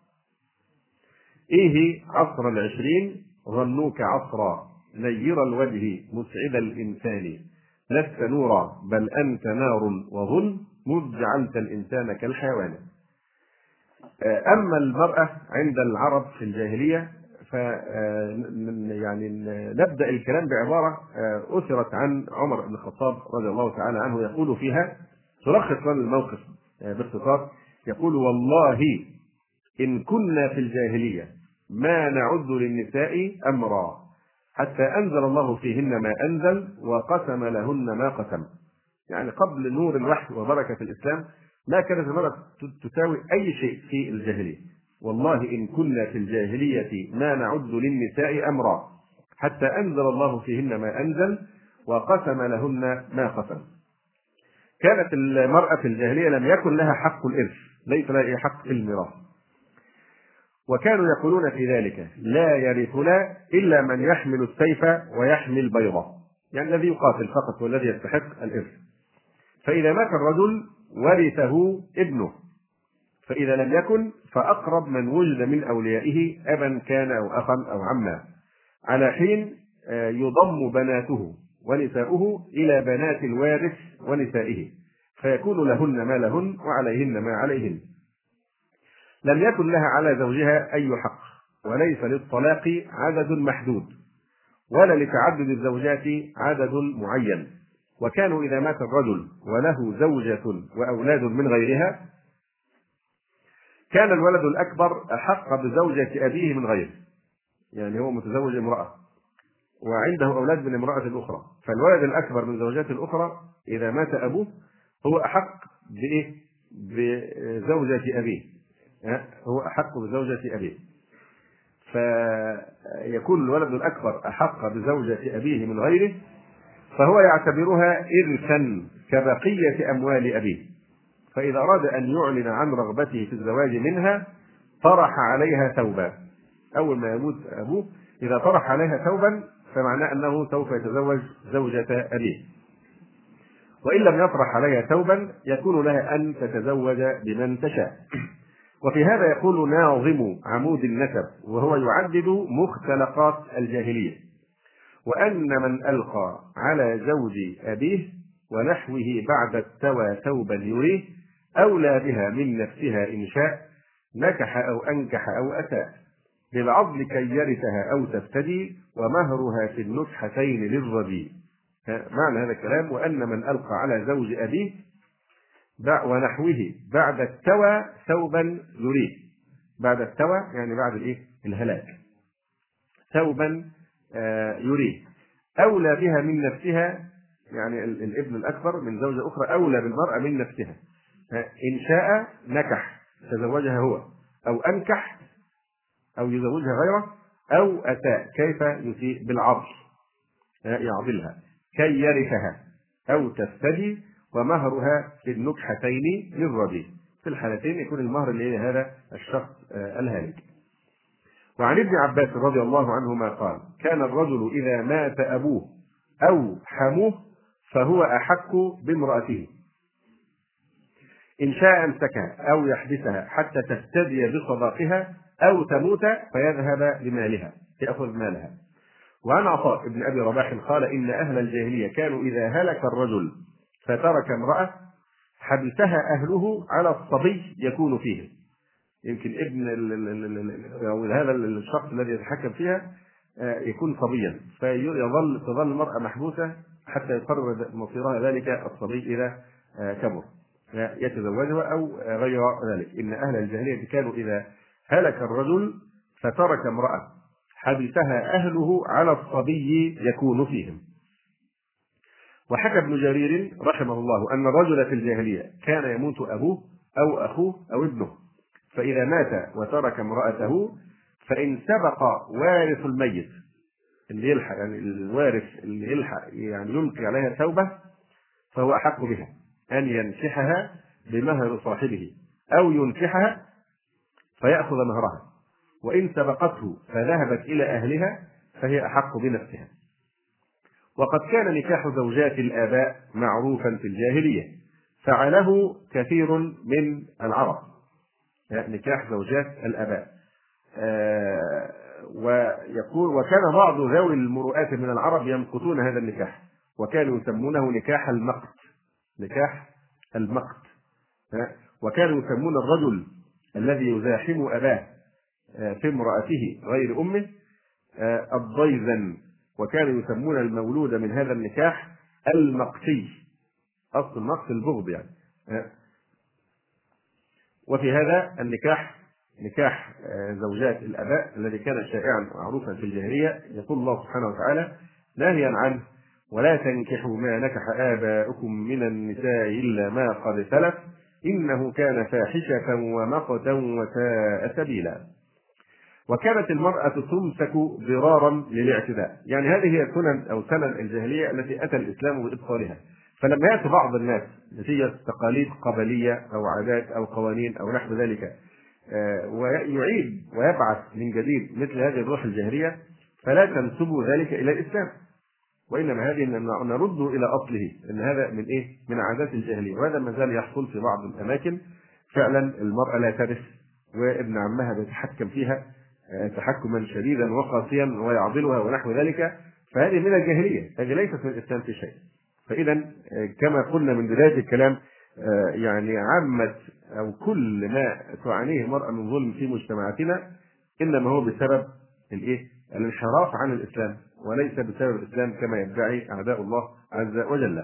إيه عصر العشرين ظنوك عصرا نير الوجه مسعد الإنسان، لست نورا بل أنت نار وظن مذ جعلت الإنسان كالحيوان. أما المرأة عند العرب في الجاهلية يعني نبدأ الكلام بعبارة أثرت عن عمر بن الخطاب رضي الله تعالى عنه، يقول فيها تلخص لنا الموقف باختصار، يقول: والله إن كنا في الجاهلية ما نعد للنساء أمرا حتى أنزل الله فيهن ما أنزل وقسم لهن ما قسم. يعني قبل نور الوحي وبركة الإسلام ما كانت المرأة تساوي أي شيء في الجاهلية. والله إن كنا في الجاهلية ما نعد للنساء أمرا حتى أنزل الله فيهن ما أنزل وقسم لهن ما قسم. كانت المرأة في الجاهلية لم يكن لها حق الإرث، ليس لها حق الميراث، وكانوا يقولون في ذلك: لا يرثنا إلا من يحمل السيف ويحمل البيضة، يعني الذي يقاتل فقط هو الذي يستحق الإرث. فإذا مات الرجل ورثه ابنه، فإذا لم يكن فأقرب من وجد من أوليائه أبا كان أو أخا أو عما، على حين يضم بناته ونساؤه إلى بنات الوارث ونسائه، فيكون لهن ما لهن وعليهن ما عليهن. لم يكن لها على زوجها أي حق، وليس للطلاق عدد محدود، ولا لتعدد الزوجات عدد معين. وكانوا إذا مات الرجل وله زوجة وأولاد من غيرها كان الولد الأكبر أحق بزوجة أبيه من غيره، يعني هو متزوج امرأة وعنده أولاد من امرأة أخرى، فالولد الأكبر من زوجات الأخرى إذا مات أبوه هو أحق بإيه؟ بزوجة أبيه، هو أحق بزوجة أبيه، فيكون الولد الأكبر أحق بزوجة أبيه من غيره، فهو يعتبرها إرثا كبقية أموال أبيه، فإذا أراد أن يعلن عن رغبته في الزواج منها طرح عليها ثوبا. أول ما يموت أبوه إذا طرح عليها ثوبا فمعناه أنه سوف يتزوج زوجة أبيه، وإن لم يطرح عليها ثوبا يكون لها أن تتزوج بمن تشاء. وفي هذا يقول ناظم عمود النسب وهو يعدد مختلقات الجاهلية: وأن من ألقى على زوج أبيه ونحوه بعد التوى ثوبا يريه أولى بها من نفسها إن شاء نكح أو أنكح أو أتى بالعضل كي يرثها أو تفتدي ومهرها في النكحتين للربي. معنى هذا الكلام: وأن من ألقى على زوج أبيه ونحوه بعد التوى ثوبا يريه، بعد التوى يعني بعد الإيه؟ الهلاك، ثوبا يريه أولى بها من نفسها، يعني الابن الأكبر من زوجة أخرى أولى بالمرأة من نفسها، إن شاء نكح تزوجها هو، أو أنكح أو يزوجها غيره، أو أتى كيف يسيء بالعضل يعضلها كي يرثها أو تفتدي ومهرها في النكحتين للربي. في الحالتين يكون المهر لهذا الشخص الهالك. وعن ابن عباس رضي الله عنهما قال: كان الرجل إذا مات أبوه أو حموه فهو أحق بامرأته، إن شاء أمسكها أو يحبسها حتى تفتدي بصداقها أو تموت فيذهب بمالها يأخذ مالها. وعن عطاء بن أبي رباح قال: إن أهل الجاهلية كانوا إذا هلك الرجل فترك امرأة حبسها أهله على الصبي يكون فيه، يمكن ابن أو هذا الشخص الذي يتحكم فيها يكون صبيا، تظل المرأة محبوسة حتى يقرر مصيرها ذلك الصبي إذا كبر يتزوجها أو غير ذلك. إن أهل الجاهلية كانوا إذا هلك الرجل فترك امرأة حبسها أهله على الصبي يكون فيهم. وحكى ابن جرير رحمه الله أن الرجل في الجاهلية كان يموت أبوه أو أخوه أو ابنه، فإذا مات وترك امرأته فإن سبق وارث الميت اللي يلحق، يعني الوارث اللي يلحق يعني يلقي عليها توبة، فهو أحق بها أن ينكحها بمهر صاحبه أو ينكحها فيأخذ مهرها، وإن سبقته فذهبت إلى أهلها فهي أحق بنفسها. وقد كان نكاح زوجات الآباء معروفا في الجاهلية فعله كثير من العرب، نكاح زوجات الآباء. ويقول: وكان بعض ذوي المروءات من العرب يمقتون هذا النكاح وكانوا يسمونه نكاح المقت، نكاح المقت. وكانوا يسمون الرجل الذي يزاحم أباه في امرأته غير أمه الضيزن، وكانوا يسمون المولود من هذا النكاح المقتي، أصل المقت البغض يعني. وفي هذا النكاح نكاح زوجات الآباء الذي كان شائعا معروفا في الجاهلية، يقول الله سبحانه وتعالى ناهيا عنه: ولا تنكحوا ما نكح آباؤكم من النساء إلا ما قد سلف إنه كان فاحشة ومقتا وساء سبيلا. وكانت المرأة تمسك ضرارا للاعتداء، يعني هذه هي سنن أو سنن الجاهلية التي أتى الإسلام بإبطالها. فلما يأتي بعض الناس نتيجة تقاليد قبلية أو عادات أو قوانين أو نحو ذلك ويعيد ويبعث من جديد مثل هذه الروح الجاهلية، فلا تنسبوا ذلك إلى الإسلام، وإنما هذه نرد إلى أصله، إن هذا من إيه؟ من عادات الجاهلية. وهذا ما زال يحصل في بعض الأماكن، فعلا المرأة لا ترث وابن عمها بيتحكم فيها تحكما شديدا وقاسيا ويعضلها ونحو ذلك، فهذه من الجاهلية، هذه ليست من الإسلام في شيء. فإذا كما قلنا من بداية الكلام يعني عامة أو كل ما تعانيه المرأة من ظلم في مجتمعاتنا إنما هو بسبب الإيه؟ الانحراف عن الإسلام، وليس بسبب الإسلام كما يدعي أعداء الله عز وجل.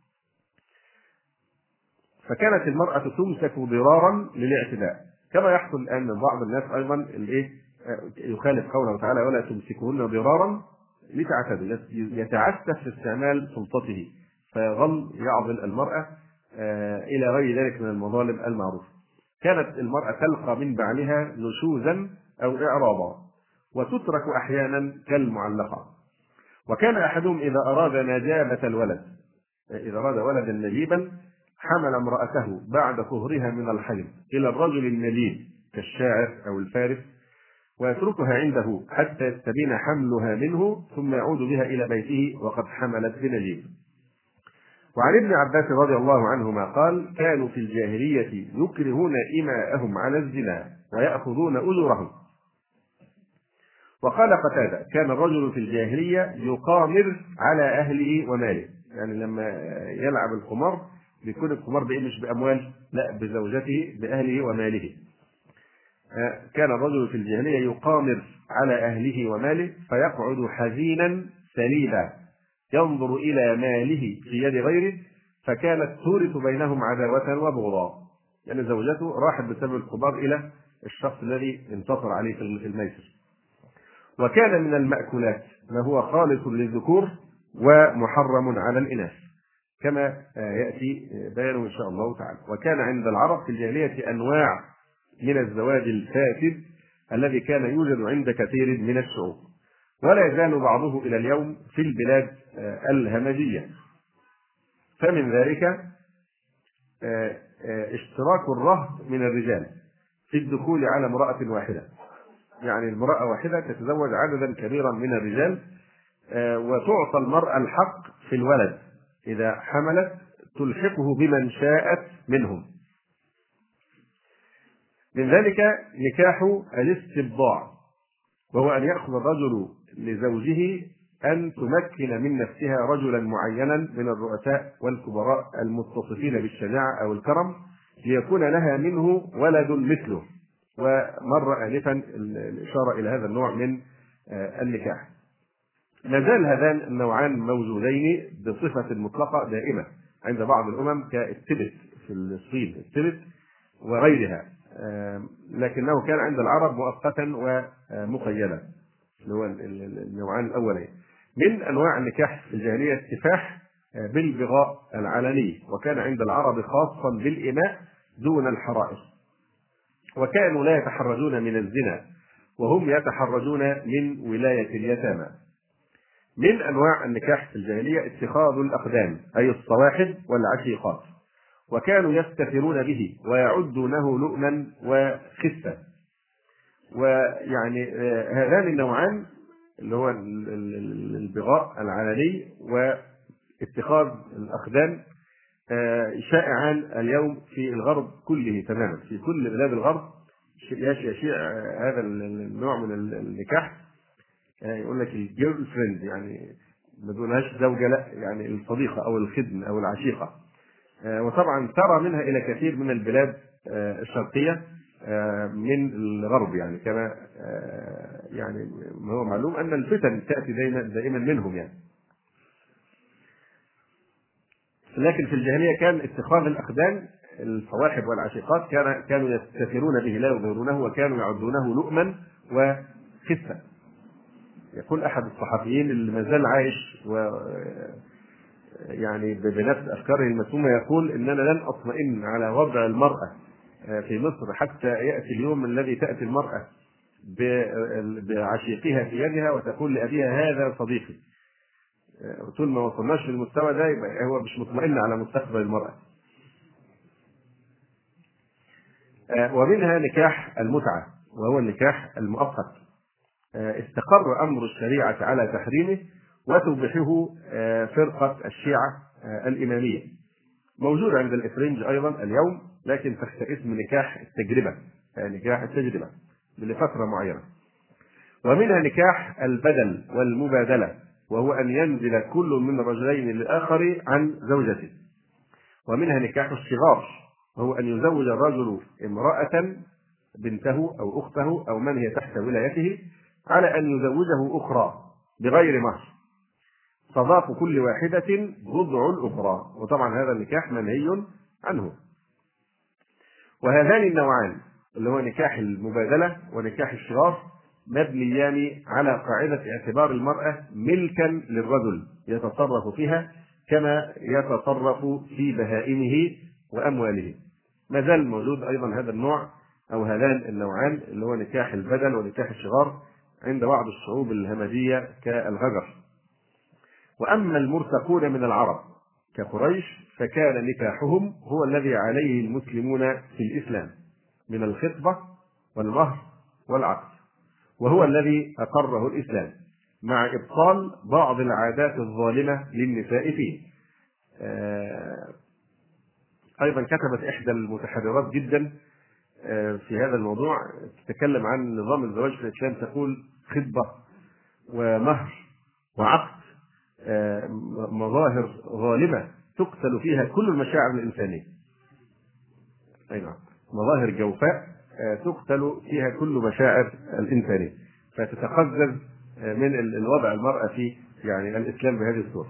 فكانت المرأة تمسك ضرارا للاعتداء، كما يحصل الآن من بعض الناس أيضا الإيه؟ يخالف قوله تعالى ولا تمسكوهن ضرارا لتعتدوا، يتعسف في استعمال سلطته فيظل يعضل المرأة إلى غير ذلك من المظالم المعروفة. كانت المرأة تلقى من بعلها نشوزا أو إعراضا وتترك أحيانا كالمعلقة. وكان أحدهم إذا أراد نجابة الولد، إذا أراد ولدا نجيبا حمل امرأته بعد طهرها من الحيض إلى الرجل النجيب كالشاعر أو الفارس ويتركها عنده حتى يستبين حملها منه ثم يعود بها إلى بيته وقد حملت بنجيب. وعن ابن عباس رضي الله عنهما قال كانوا في الجاهلية يكرهون إماءهم على الزنا ويأخذون أجورهم. وقال قتادة كان الرجل في الجاهلية يقامر على أهله وماله، يعني لما يلعب القمار بيكون القمار بإيه؟ مش بأموال، لا، بزوجته بأهله وماله. كان الرجل في الجاهلية يقامر على أهله وماله فيقعد حزينا سليلا ينظر إلى ماله في يد غيره، فكانت تورث بينهم عداوة وبغضاء، يعني زوجته راحت بسبب القمار إلى الشخص الذي انتصر عليه في الميسر. وكان من المأكولات ما هو خالص للذكور ومحرم على الإناث كما يأتي بيانه إن شاء الله تعالى. وكان عند العرب في الجاهلية أنواع من الزواج الفاسد الذي كان يوجد عند كثير من الشعوب، ولا يزال بعضه إلى اليوم في البلاد الهمجية. فمن ذلك اشتراك الرهط من الرجال في الدخول على امرأة واحدة، يعني المرأة واحدة تتزوج عددا كبيرا من الرجال، وتعطى المرأة الحق في الولد إذا حملت تلحقه بمن شاءت منهم. من ذلك نكاح الاستبضاع، وهو أن يأخذ الرجل لزوجه أن تمكن من نفسها رجلا معينا من الرؤساء والكبراء المتصفين بالشجاعة أو الكرم ليكون لها منه ولد مثله. ومر آنفا الإشارة إلى هذا النوع من النكاح. ما زال هذان النوعان موجودين بصفة مطلقة دائمة عند بعض الأمم كالتبت في الصين، التبت وغيرها، لكنه كان عند العرب مؤقتا ومقيدا، اللي هو النوعان الأولين. من أنواع النكاح في الجاهلية السفاح بالبغاء العلني، وكان عند العرب خاصا بالإماء دون الحرائر، وكانوا لا يتحرجون من الزنا وهم يتحرجون من ولاية اليتامى. من أنواع النكاح في الجاهلية اتخاذ الأقدام أي الصواحب والعشيقات، وكانوا يستثيرون به ويعدونه لؤما وخسة. ويعني هذان النوعان اللي هو البغاء العلني واتخاذ الأقدام شائعان اليوم في الغرب كله تماما، في كل بلاد الغرب يشيع هذا النوع من النكاح. يقول لك الجيرل فريند، يعني ما بيقولهاش زوجة، لا، يعني الصديقة أو الخدم أو العشيقة. وطبعا ترى منها إلى كثير من البلاد الشرقية من الغرب، يعني كما يعني ما هو معلوم أن الفتن تأتي دائما منهم يعني. لكن في الجاهلية كان اتخاذ الأقدام الصواحب والعشيقات كانوا يستثيرون به لا يظهرونه، وكانوا يعدونه لؤما وخسة. يقول أحد الصحفيين اللي ما زال عايش و يعني بنفس أفكاره المسمومة، يقول إننا لن أطمئن على وضع المرأة في مصر حتى يأتي اليوم الذي تأتي المرأة بعشيقها في يدها وتقول لأبيها هذا صديقي. طول ما وصلناش للمستوى ده يبقى هو مش مطمئن على مستقبل المرأة. ومنها نكاح المتعة، وهو النكاح المؤقت، استقر أمر الشريعة على تحريمه وتبيحه فرقة الشيعة الإمامية، موجود عند الإفرنج أيضا اليوم، لكن تحت اسم نكاح التجربة، نكاح التجربة لفترة معينة. ومنها نكاح البدل والمبادلة، وهو أن ينزل كل من الرجلين للآخر عن زوجته. ومنها نكاح الصغار، وهو أن يزوج الرجل امرأة بنته أو أخته أو من هي تحت ولايته على أن يزوجه أخرى بغير مهر، صداق كل واحدة بضع الأخرى، وطبعا هذا النكاح منهي عنه. وهذان النوعان اللي هو نكاح المبادلة ونكاح الشغار مبنيان على قاعدة اعتبار المرأة ملكا للرجل يتصرف فيها كما يتصرف في بهائمه وأمواله. ما زال موجود أيضا هذا النوع أو هذان النوعان اللي هو نكاح البدل ونكاح الشغار عند بعض الشعوب الهمجية كالغجر. وأما المرتقون من العرب كقريش فكان نكاحهم هو الذي عليه المسلمون في الإسلام من الخطبة والمهر والعقد، وهو الذي أقره الإسلام مع إبطال بعض العادات الظالمة للنساء فيه. أيضا كتبت إحدى المتحررات جدا في هذا الموضوع تتكلم عن نظام الزواج في الإسلام، تقول خطبة ومهر وعقد مظاهر ظالمة تقتل فيها كل المشاعر الإنسانية. أي نعم، مظاهر جوفاء تقتل فيها كل مشاعر الإنسانية، فتتقزز من الوضع المرأة في يعني الإسلام بهذه الصورة.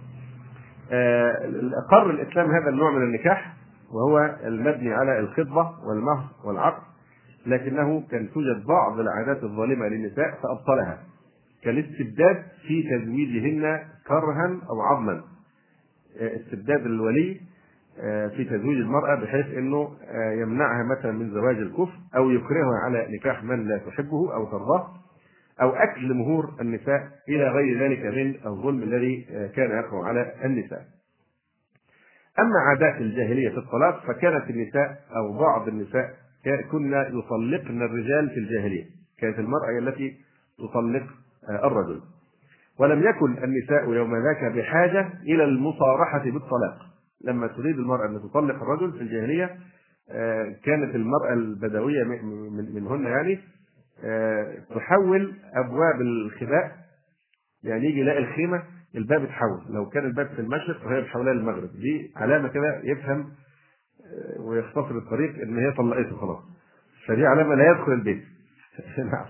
أقر الإسلام هذا النوع من النكاح وهو المبني على الخطبة والمهر والعقد، لكنه كان توجد بعض العادات الظالمة للنساء فأبطلها، كالاستبداد في تزويجهن كرها أو عظما. استبداد الولي في تزويج المرأة بحيث أنه يمنعها مثلا من زواج الكفر أو يكرهها على نكاح من لا تحبه أو ترضاه، أو أكل مهور النساء إلى غير ذلك من الظلم الذي كان يقع على النساء. أما عادات الجاهلية في الطلاق فكانت النساء أو بعض النساء كن يطلقن الرجال في الجاهلية، كانت المرأة هي التي تطلق الرجل، ولم يكن النساء يوم ذاك بحاجة إلى المصارحة بالطلاق. لما تريد المرأة أن تطلق الرجل في الجاهلية كانت المرأة البدوية منهن يعني تحول أبواب الخباء، يعني يجي يلاقي الخيمة الباب اتحول، لو كان الباب في المشرق فهي بتحولها للمغرب، دي علامة كده يفهم ويختصر الطريق إن هي طلقته خلاص، فدي علامة لا يدخل البيت. نعم.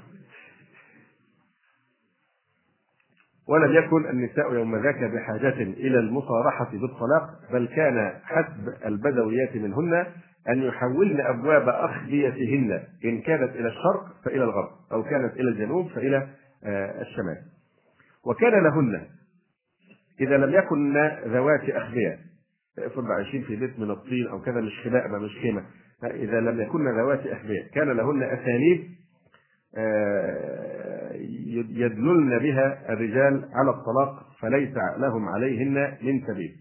ولم يكن النساء يوم ذاك بحاجة إلى المصارحة بالطلاق، بل كان حسب البدويات منهن أن يحولن أبواب أخبيتهن إن كانت إلى الشرق فإلى الغرب، أو كانت إلى الجنوب فإلى الشمال. وكان لهن إذا لم يكن ذوات أخبية، افرض عايشين في بيت من الطين أو كذا، مش خباء ما مش خيمة، إذا لم يكن ذوات أخبية كان لهن أساليب يدللن بها الرجال على الطلاق فليس لهم عليهن من سبيل.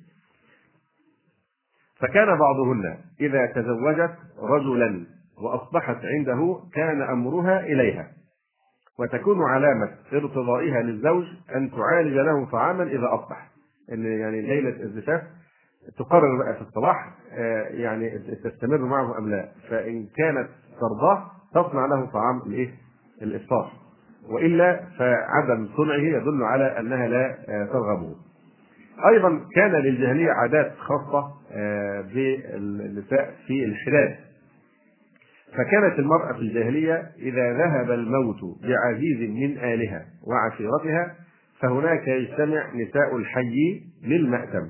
فكان بعضهن إذا تزوجت رجلا وأصبحت عنده كان أمرها إليها، وتكون علامة ارتضائها للزوج أن تعالج له طعاما إذا أصبح، إن يعني ليلة الزفاف تقرر بقى في الصباح يعني تستمر معه أم لا، فإن كانت ترضاه تصنع له طعام الإفطار، وإلا فعدم صنعه يدل على أنها لا ترغبه. أيضا كان للجاهلية عادات خاصة بالنساء في الحلال، فكانت المرأة في الجاهلية إذا ذهب الموت بعزيز من آلها وعشيرتها فهناك يجتمع نساء الحي للمأتم.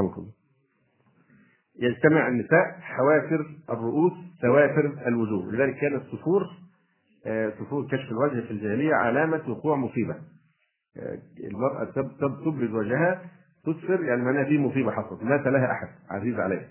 يجتمع النساء حوافر الرؤوس سوافر الوجوه، لذلك كانت صفور كشف الوجه في الجاهلية علامة وقوع مصيبة. المرأة تبرز وجهها تسفر، يعني معناها في مصيبة حصلت، مات لها أحد عزيز عليها.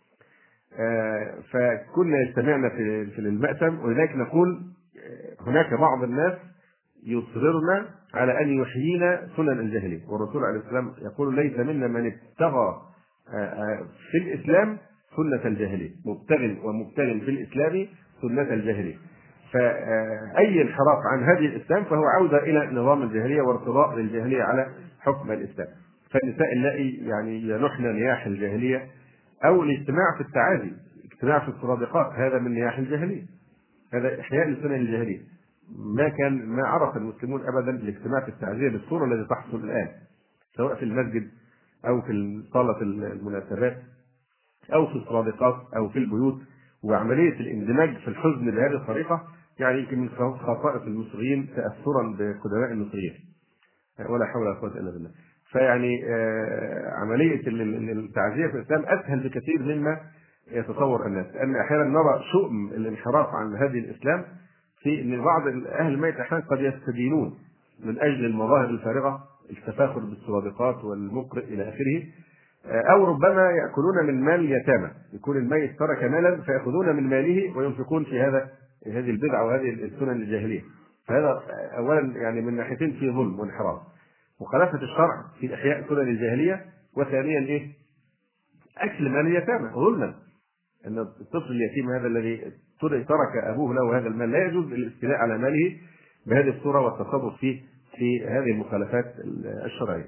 فكنا يجتمعنا في المأتم، ولذلك نقول هناك بعض الناس يصررن على أن يحيينا سنن الجاهلية، والرسول عليه السلام يقول ليس منا من ابتغى في الإسلام سنة الجاهلية، مبتغ ومبتغ في الإسلام سنة الجاهلية. فأي انحراف عن هذه الإسلام فهو عودة إلى نظام الجاهلية وارتضاء للجاهلية على حكم الإسلام. فالنساء اللائي يعني ينحن نياح الجاهلية، أو الاجتماع في التعازي، اجتماع في السرادقات، هذا من نياح الجاهلية، هذا إحياء لسنن الجاهلية. ما عرف المسلمون أبدا الاجتماع في التعزية بالصورة التي تحصل الآن، سواء في المسجد أو في صالة المناسبات أو في السرادقات أو في البيوت. وعملية الاندماج في الحزن بهذه الطريقة يعني يمكن من خصائص المصريين تأثرا بقدماء المصريين، ولا حول ولا قوة إلا بالله. فيعني عملية التعزية في الإسلام أسهل بكثير مما يتصور الناس، لأن أحيانا نرى شؤم الانحراف عن هذه الإسلام في ان بعض اهل الميت احيانا قد يستدينون من اجل المظاهر الفارغه، التفاخر بالسوابقات والمقرئ الى اخره، او ربما ياكلون من مال اليتامى، يكون الميت ترك مالا فياخذون من ماله وينفقون في هذه البدعه وهذه السنن الجاهليه. فهذا اولا يعني من ناحيتين فيه ظلم وانحراف، مخالفه الشرع في احياء سنن الجاهليه، وثانيا ايه؟ اكل مال اليتامى ظلما. ان الطفل اليتيم هذا الذي ترك ابوه له هذا المال لا يجوز الاستيلاء على ماله بهذه الصوره والتصرف فيه في هذه المخالفات الشرعيه.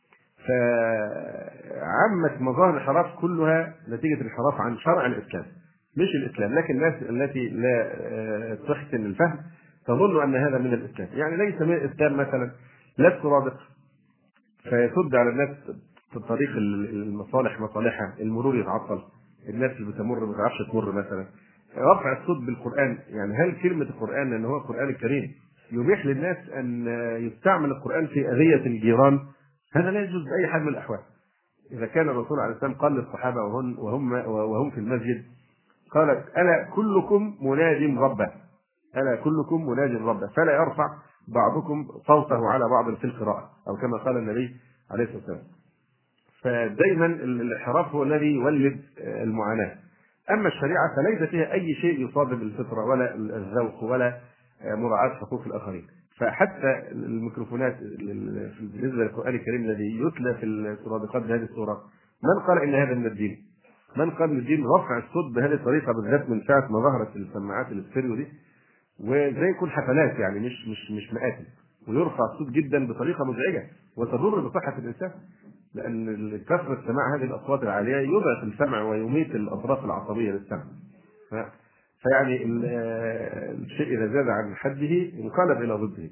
فعمت مظاهر الانحراف كلها نتيجه الانحراف عن شرع الاسلام مش الاسلام، لكن الناس التي لا تحسن الفهم تظن ان هذا من الاسلام. يعني ليس من الاسلام مثلا لا السرادق فيسد على الناس طريق المصالح مصالحها، المرور يتعطل، الناس اللي بتمر ما تعرفش تمر مثلا، رفع الصوت بالقران. يعني هل كلمه القران ان هو القران الكريم يبيح للناس ان يستعمل القران في اذيه الجيران؟ هذا لا يجوز باي حال من الاحوال. اذا كان الرسول عليه السلام قال للصحابه وهم في المسجد، قال: الا كلكم مناد ربه، الا كلكم مناد ربه، فلا يرفع بعضكم صوته على بعض في القراءه، او كما قال النبي عليه الصلاه والسلام. فدائما الانحراف هو الذي يولد المعاناه. اما الشريعه فليس فيها اي شيء يصادم الفطره ولا الذوق ولا مراعاه حقوق الاخرين. فحتى الميكروفونات بالنسبه للقران الكريم الذي يتلى في السرادقات بهذه الصوره، من قال ان هذا من الدين؟ من قال من الدين رفع الصوت بهذه الطريقه بالذات من ساعه ما ظهرت السماعات الاستيريو دي؟ وزي يكون حفلات يعني مش مآتم، ويرفع الصوت جدا بطريقه مزعجه وتضر بصحه الانسان، لان كثره سماع هذه الاصوات العاليه يضعف السمع ويميت الاطراف العصبيه للسمع. فيعني الشيء اذا زاد عن حده ينقلب الى ضده.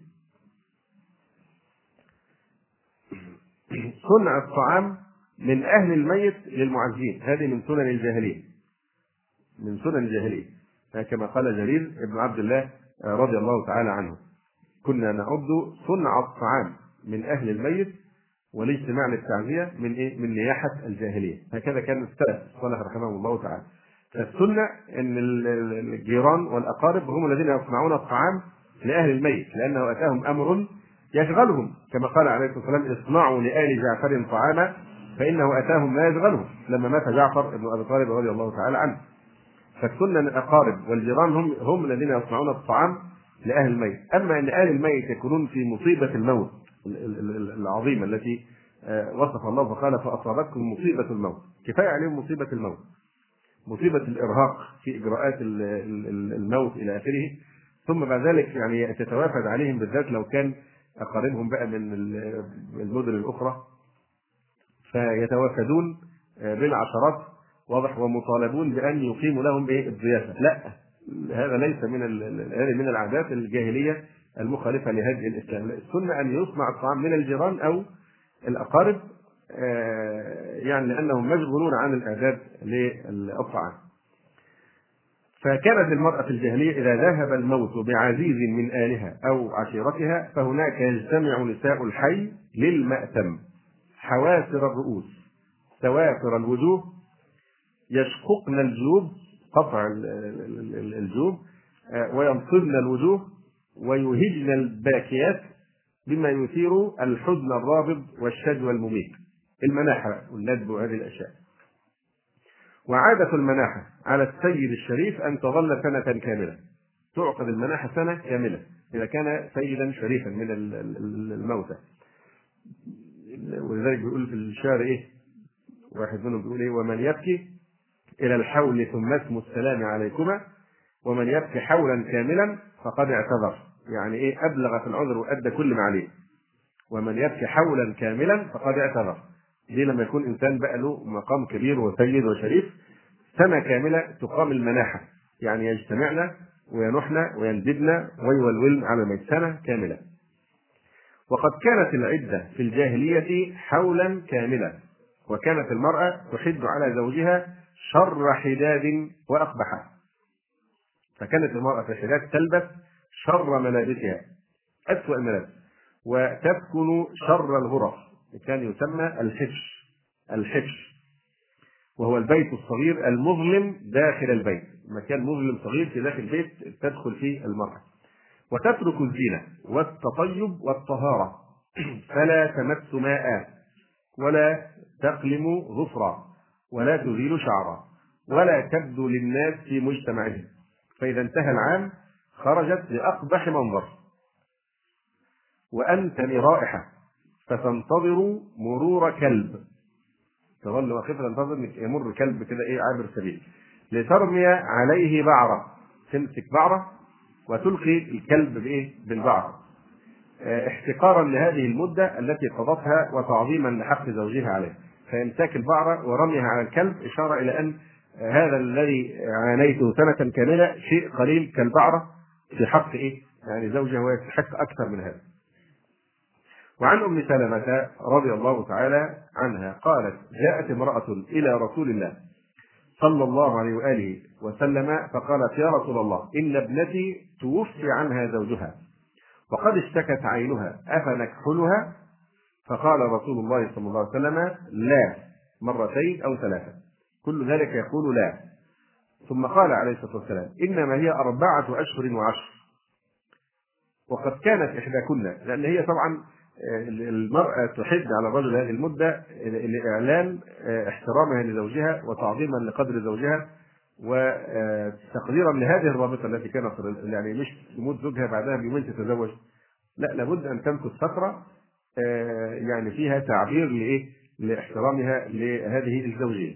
صنع الطعام من اهل الميت للمعزين، هذه من سنن الجاهليه، من سنن الجاهليه، كما قال جرير بن عبد الله رضي الله تعالى عنه: كنا نعد صنع الطعام من اهل الميت والاجتماع للتعزيه من ايه؟ من نياحه الجاهليه. هكذا كان السلف الصالح رحمهم الله تعالى. فالسنه ان الجيران والاقارب هم الذين يصنعون الطعام لاهل الميت، لانه اتاهم امر يشغلهم، كما قال عليه الصلاه والسلام: اصنعوا لآل جعفر طعاما فانه اتاهم ما يشغلهم، لما مات جعفر بن ابي طالب رضي الله تعالى عنه. فالسنه ان الاقارب والجيران هم الذين يصنعون الطعام لاهل الميت. اما ان اهل الميت يكونون في مصيبه الموت العظيمه التي وصف الله فقال: فاصابتكم مصيبه الموت، كفايه عليهم مصيبه الموت، مصيبه الارهاق في اجراءات الموت الى اخره، ثم بعد ذلك يعني تتوافد عليهم، بالذات لو كان اقاربهم بقى من المدن الاخرى، فيتوافدون بالعشرات، واضح، ومطالبون بان يقيموا لهم الضيافه. لا، هذا ليس هذه من العادات الجاهليه المخالفه لهدي الاسلام. السنه ان يصنع الطعام من الجيران او الاقارب، يعني لانهم مشغولون عن الاعداد للطعام. فكانت المراه في الجاهليه اذا ذهب الموت بعزيز من اهلها او عشيرتها فهناك يجتمع نساء الحي للمأتم، حواسر الرؤوس سوافر الوجوه، يشققن الجيوب، قطع الجيوب، وينصبن الوجوه، ويهجن الباكيات بما يثير الحزن الرابض والشجوى المميت، المناحة والندب وهذه الأشياء. وعادة المناحة على السيد الشريف أن تظل سنة كاملة، تعقد المناحة سنة كاملة إذا كان سيدا شريفا من الموتى. ولذلك بيقول في الشعر إيه؟ واحد منهم بيقول إيه: ومن يبكي إلى الحول ثم اسم السلام عليكما، ومن يبكي حولا كاملا فقد اعتذر. يعني إيه؟ أبلغ في العذر وأدى كل ما عليه. ومن يبكي حولا كاملا فقد اعتذر، دي لما يكون إنسان بقى له مقام كبير وسيد وشريف، سنة كاملة تقام المناحة، يعني يجتمعن وينحن ويندبن ويولولن على الميت سنة كاملة. وقد كانت العدة في الجاهلية حولا كاملا، وكانت المرأة تحد على زوجها شر حداد وأقبحه، فكانت المرأة في الحداد تلبس شر ملابسها، أسوأ الملابس، وتسكن شر الغرف، كان يسمى الحفش، وهو البيت الصغير المظلم داخل البيت، مكان مظلم صغير في داخل البيت تدخل فيه المرأة. وتترك الزينة والتطيب والطهارة، فلا تمس ماء ولا تقلم ظفرا ولا تزيل شعرا ولا تبدو للناس في مجتمعهم، فإذا انتهى العام خرجت لأقبح منظر وأنتن رائحة، فتنتظر مرور كلب، تظل واقفة تنتظر إن يمر كلب كده عابر سبيل، لترمي عليه بعرة، تمسك بعرة وتلقي الكلب بالبعرة، احتقارا لهذه المدة التي قضتها وتعظيما لحق زوجها عليه. فإمساك البعرة ورميها على الكلب إشارة إلى أن هذا الذي عانيته سنة كاملة شيء قليل كالبعرة في حق يعني زوجها، ويستحق أكثر من هذا. وعن أم سلمة رضي الله تعالى عنها قالت: جاءت امرأة إلى رسول الله صلى الله عليه وآله وسلم فقالت: يا رسول الله، إن ابنتي توفي عنها زوجها وقد اشتكت عينها، أفنكحلها؟ فقال رسول الله صلى الله عليه وسلم: لا، مرتين أو ثلاثة، كل ذلك يقول لا. ثم قال عليه الصلاة والسلام: إنما هي 4 أشهر و10، وقد كانت إحداكن، لأن هي طبعا المرأة تحد على الرجل هذه المدة لإعلان احترامها لزوجها وتعظيما لقدر زوجها وتقديرا لهذه الرابطة التي كانت، يعني مش تموت زوجها بعدها بيومين تتزوج، لا، لابد أن تمكث فترة يعني فيها تعبير لاحترامها لهذه الزوجية.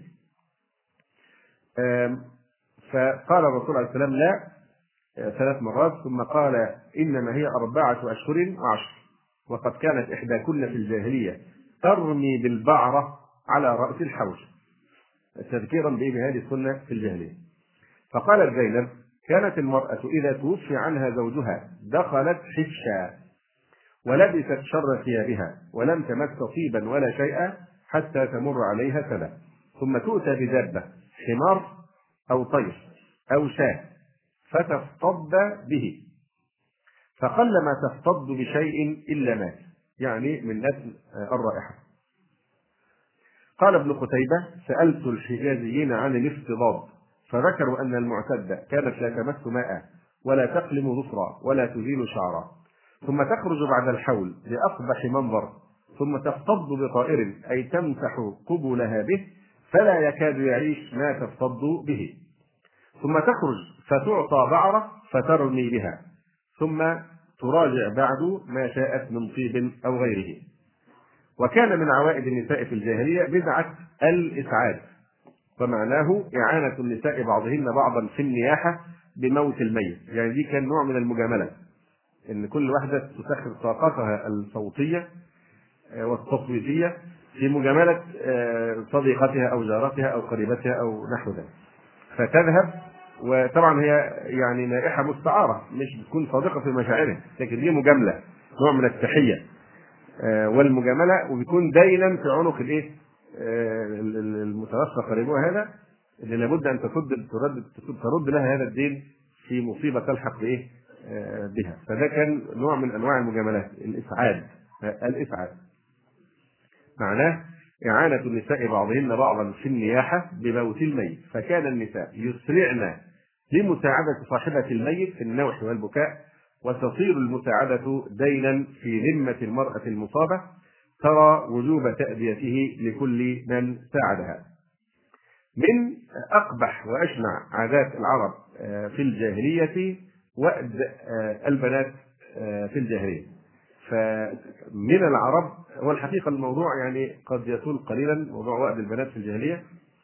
فقال الرسول عليه السلام: لا 3 مرات، ثم قال: إنما هي 4 أشهر و10، وقد كانت إحداكن في الجاهلية ترمي بالبعرة على رأس الحوش، تذكيرا بهذه السنة في الجاهلية. فقالت زينب: كانت المرأة إذا توفي عنها زوجها دخلت حفشا ولبست شر ثيابها ولم تمس طيبا ولا شيئا حتى تمر عليها سنة، ثم تؤتى بدابة، حمار أو طير أو شاة، فتصطد به، فقلما تصطد بشيء إلا مات، يعني من نتن الرائحة. قال ابن قتيبة: سألت الحجازيين عن الافتضاض فذكروا أن المعتدة كانت لا تمس ماء ولا تقلم ظفرا ولا تزيل شعرا، ثم تخرج بعد الحول لأقبح منظر، ثم تصطد بطائر أي تمسح قبلها به فلا يكاد يعيش ما تصطد به، ثم تخرج فتعطى بعرة فترمي بها، ثم تراجع بعد ما شاءت من طيب أو غيره. وكان من عوائد النساء في الجاهلية بدعة الإسعاد، ومعناه إعانة النساء بعضهن بعضا في النياحة بموت الميت، يعني دي كان نوع من المجاملة، إن كل واحدة تسخر طاقتها الصوتية والتصويتية في مجاملة صديقتها أو جارتها أو قريبتها أو نحو ذلك، فتذهب، وطبعا هي يعني نائحة مستعارة مش بتكون صادقة في مشاعرها، لكن دي مجاملة، نوع من التحية والمجاملة، وبيكون دينا في عنق المتوفى قريبها هذا، اللي لابد أن ترد لها هذا الدين في مصيبة تلحق بها. فده كان نوع من أنواع المجاملات، الإسعاد معناه إعانة النساء بعضهن بعضا في النياحة بموت الميت، فكان النساء يسرعن لمساعدة صاحبة الميت في النوح والبكاء، وتصير المساعدة دينا في ذمة المرأة المصابة ترى وجوب تأديته لكل من ساعدها. من أقبح وأشنع عادات العرب في الجاهلية وأد البنات في الجاهلية. فمن العرب، والحقيقة الموضوع يعني قد يطول قليلا، موضوع وأد البنات في الجاهلية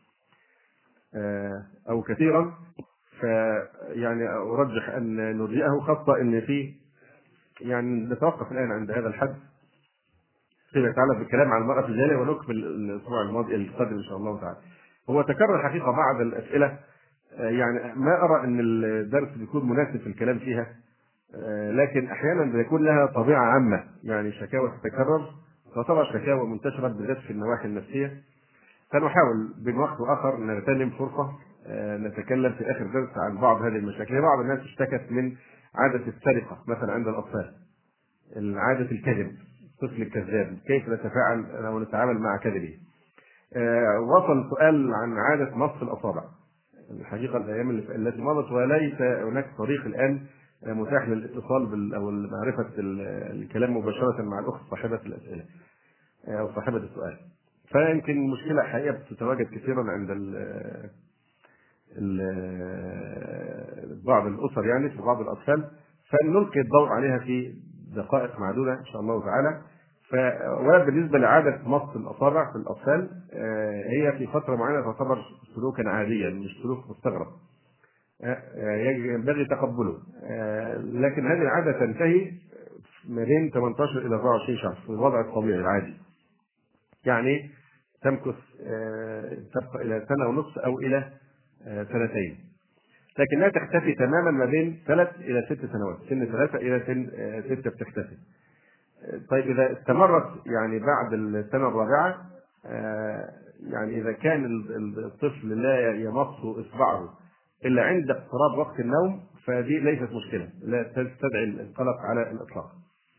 أو كثيرا، فيعني أرجح أن نرجئه، خاصة أن فيه يعني نتوقف الآن عند هذا الحد فيما يتعلق بالكلام عن المرأة في الجاهلية، ونكمل الأسبوع الماضي القادم إن شاء الله تعالى. هو تكرر الحقيقة بعض الأسئلة، يعني ما أرى أن الدرس بيكون مناسب في الكلام فيها، لكن أحيانا بيكون لها طبيعة عامة، يعني شكاوى تتكرر، وطبعا شكاوى منتشرة بالذات في النواحي النفسية، فنحاول بين وقت وآخر نغتنم فرصة نتكلم في آخر درس عن بعض هذه المشاكل. بعض الناس اشتكت من عادة السرقة مثلا عند الأطفال، عادة الكذب، الطفل الكذاب كيف نتفاعل أو نتعامل مع كذبه. وصل سؤال عن عادة مص الأصابع، الحقيقة الأيام التي مضت، وليس هناك طريق الآن متاح للاتصال او معرفه الكلام مباشره مع الاخت صاحبه الاسئله او صاحبه السؤال. فيمكن مشكله حقيقه بتتواجد كثيرا عند بعض الاسر، يعني في بعض الاطفال، فنلقي الضوء عليها في دقائق معدوده ان شاء الله تعالى. وبالنسبه لعاده مص الاصابع في الاطفال، هي في فتره معينه تعتبر سلوكا عاديا، مش سلوك مستغرب، ينبغي تقبله. لكن هذه العاده تنتهي ما بين 18 الى 24 شهر في الوضع الطبيعي العادي، يعني تمكث تبقى الى سنه ونصف او الى سنتين، لكنها تختفي تماما ما بين 3 الى 6 سنوات، سن 3 الى سن 6 بتختفي. طيب اذا استمرت يعني بعد السنه الرابعه، يعني اذا كان الطفل لا يمص اصبعه الا عند اقتراب وقت النوم، فدي ليست مشكله، لا تستدعي القلق على الاطلاق.